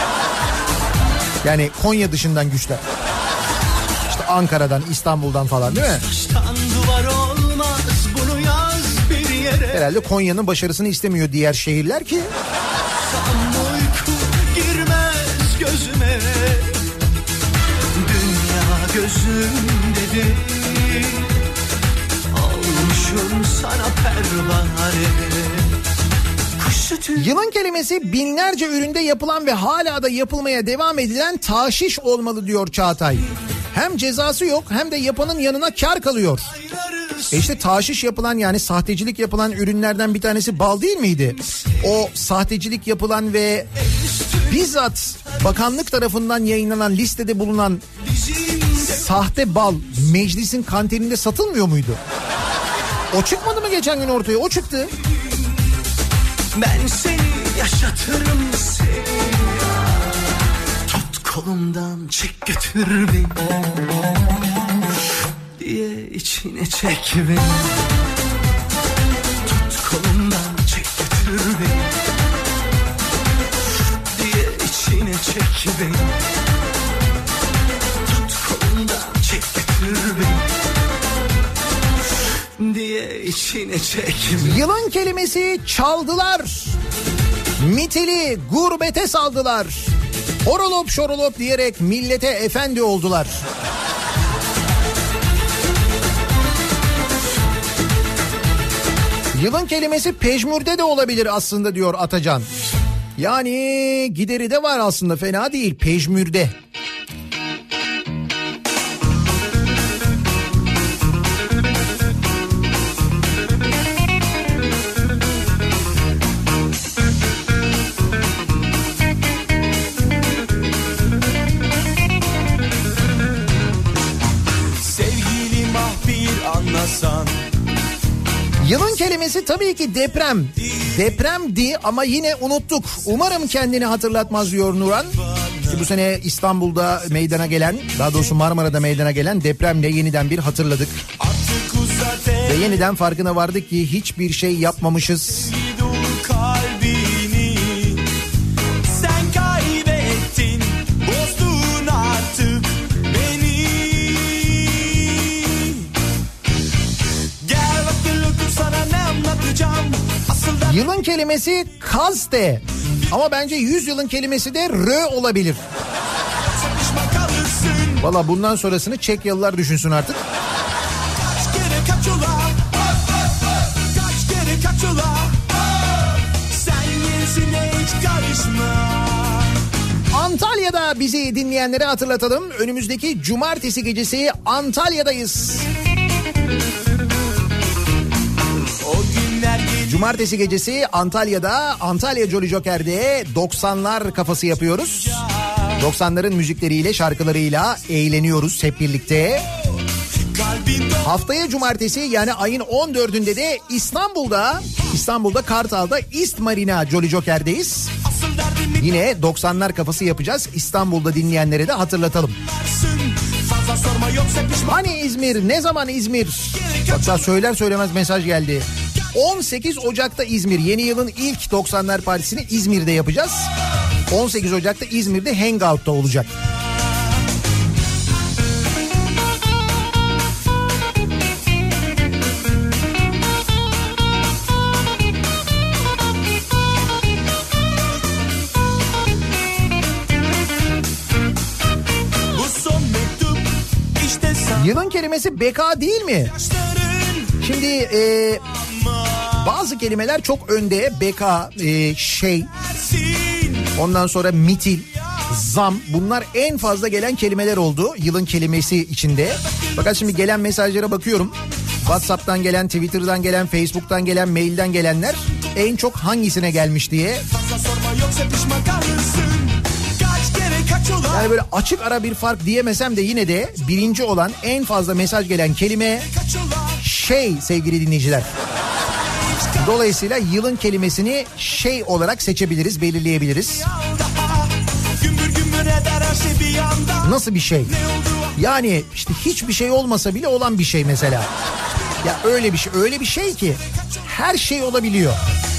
yani Konya dışından güçler. İşte Ankara'dan, İstanbul'dan falan, değil mi? Olmaz, bunu yaz bir yere. Herhalde Konya'nın başarısını istemiyor diğer şehirler ki. Uyku girmez gözüme. Dünya gözümdedir. Almışım sana pervane. Yılın kelimesi binlerce üründe yapılan ve hala da yapılmaya devam edilen taşiş olmalı diyor Çağatay. Hem cezası yok hem de yapanın yanına kar kalıyor. E işte taşiş yapılan, yani sahtecilik yapılan ürünlerden bir tanesi bal değil miydi? O sahtecilik yapılan ve bizzat bakanlık tarafından yayınlanan listede bulunan sahte bal meclisin kantininde satılmıyor muydu? O çıkmadı mı geçen gün ortaya? O çıktı. Ben seni yaşatırım seni. Tut kolumdan çek götür beni diye içine çek beni. Tut kolumdan çek götür beni diye içine çek beni. Tut kolumdan çek götür beni diye içine çek beni. Yılın kelimesi çaldılar. Mitili gurbete saldılar. Horolop şorolop diyerek millete efendi oldular. Yılın kelimesi pejmürde de olabilir aslında diyor Atacan. Yani gideri de var aslında, fena değil, pejmürde. Sevgilim ah bir anlasan. Yılın kelimesi tabii ki deprem. Depremdi ama yine unuttuk. Umarım kendini hatırlatmaz diyor Nuran. Ki bu sene İstanbul'da meydana gelen, daha doğrusu Marmara'da meydana gelen depremle yeniden bir hatırladık. Ve yeniden farkına vardık ki hiçbir şey yapmamışız. Sen kaybettin, bozdun artık beni. Gel bak gülüp sana ne anlatacağım. Aslında Yılın kelimesi kazde. Ama bence yüz yılın kelimesi de rö olabilir. Valla bundan sonrasını Çekyalılar düşünsün artık. Kaç kere kaç ula, kaç kere kaç ula. Sen yenisine hiç karışma. Antalya'da bizi dinleyenlere hatırlatalım. Önümüzdeki cumartesi gecesi Antalya'dayız. Cumartesi gecesi Antalya'da, Antalya Jolly Joker'de doksanlar kafası yapıyoruz. doksanların müzikleriyle, şarkılarıyla eğleniyoruz hep birlikte. Haftaya cumartesi, yani ayın on dördünde de İstanbul'da, İstanbul'da Kartal'da East Marina Jolly Joker'deyiz. Yine doksanlar kafası yapacağız. İstanbul'da dinleyenlere de hatırlatalım. Hani İzmir, ne zaman İzmir? Hatta söyler söylemez mesaj geldi. on sekiz Ocak'ta İzmir, yeni yılın ilk doksanlar partisini İzmir'de yapacağız. on sekiz Ocak'ta İzmir'de Hangout'ta olacak. Yılın kelimesi beka değil mi? Şimdi e, bazı kelimeler çok önde. Beka, e, şey, ondan sonra mitil, zam, bunlar en fazla gelen kelimeler oldu yılın kelimesi içinde. Fakat şimdi gelen mesajlara bakıyorum. WhatsApp'tan gelen, Twitter'dan gelen, Facebook'tan gelen, mailden gelenler en çok hangisine gelmiş diye. Yani böyle açık ara bir fark diyemesem de yine de birinci olan, en fazla mesaj gelen kelime şey sevgili dinleyiciler. Dolayısıyla yılın kelimesini şey olarak seçebiliriz, belirleyebiliriz. Nasıl bir şey? Yani işte hiçbir şey olmasa bile olan bir şey mesela. Ya öyle bir şey, öyle bir şey ki her şey olabiliyor.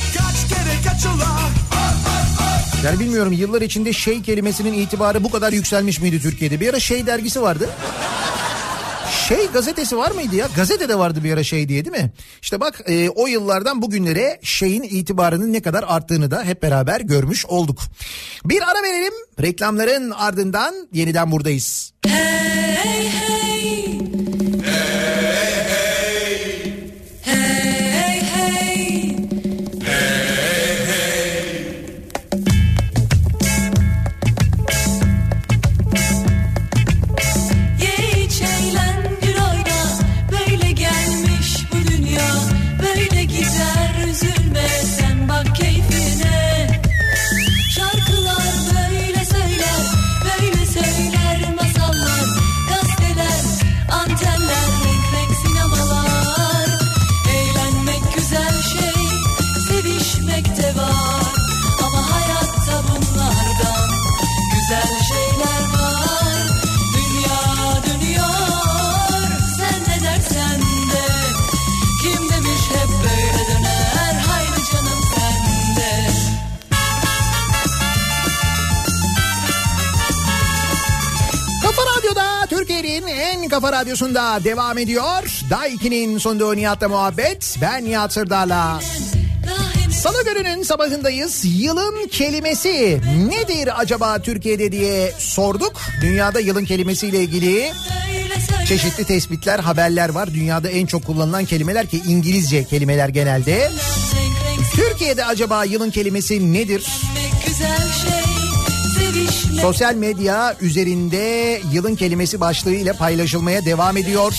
Yani bilmiyorum, yıllar içinde şey kelimesinin itibarı bu kadar yükselmiş miydi Türkiye'de? Bir ara Şey dergisi vardı. Şey gazetesi var mıydı ya? Gazetede vardı bir ara Şey diye, değil mi? İşte bak e, o yıllardan bugünlere şeyin itibarının ne kadar arttığını da hep beraber görmüş olduk. Bir ara verelim. Reklamların ardından yeniden buradayız. Hey hey hey. Hey hey. Ye iç eğlen gül oyna, böyle gelmiş bu dünya, böyle gider üzülme sen bak keyfine. Şarkılar böyle söyler, böyle söyler masallar, gazeteler, antenler, renk renk sinemalar. Eğlenmek güzel şey, sevişmek de var, ama hayatta bunlardan güzel şeyler var. Dünya dönüyor, sen ne dersen de, kim demiş hep böyle döner, haydi canım sen de. Kafa Radyo'da, Türkiye'nin en kafa radyosunda devam ediyor. Daiki'nin sonunda Nihat'la muhabbet. Ben Nihat Sırdar'la. Salı gününün sabahındayız. Yılın kelimesi nedir acaba Türkiye'de diye sorduk. Dünyada yılın kelimesiyle ilgili çeşitli tespitler, haberler var. Dünyada en çok kullanılan kelimeler, ki İngilizce kelimeler genelde. Türkiye'de acaba yılın kelimesi nedir? Sosyal medya üzerinde yılın kelimesi başlığıyla paylaşılmaya devam ediyor.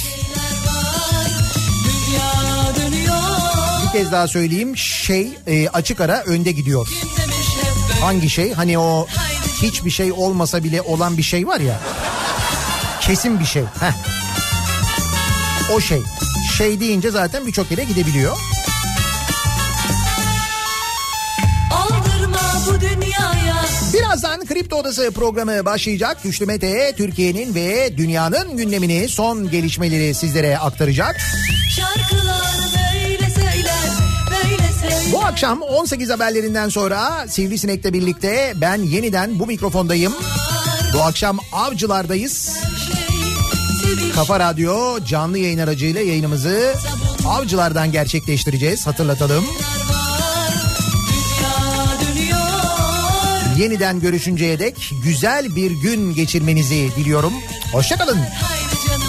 Bir kez daha söyleyeyim, şey e, açık ara önde gidiyor. Hangi şey? Hani o hiçbir şey olmasa bile olan bir şey var ya. Kesin bir şey. Heh. O şey. Şey deyince zaten birçok yere gidebiliyor. Aldırma bu dünyaya. Birazdan Kripto Odası programı başlayacak. Güçlü Mete Türkiye'nin ve dünyanın gündemini, son gelişmeleri sizlere aktaracak. Şarkılar böyle söyler, böyle söyler. Bu akşam on sekiz haberlerinden sonra Sivrisinek'le birlikte ben yeniden bu mikrofondayım. Bu akşam Avcılar'dayız. Kafa Radyo canlı yayın aracıyla yayınımızı Avcılar'dan gerçekleştireceğiz. Hatırlatalım. Yeniden görüşünceye dek güzel bir gün geçirmenizi diliyorum. Hoşça kalın. Haydi canım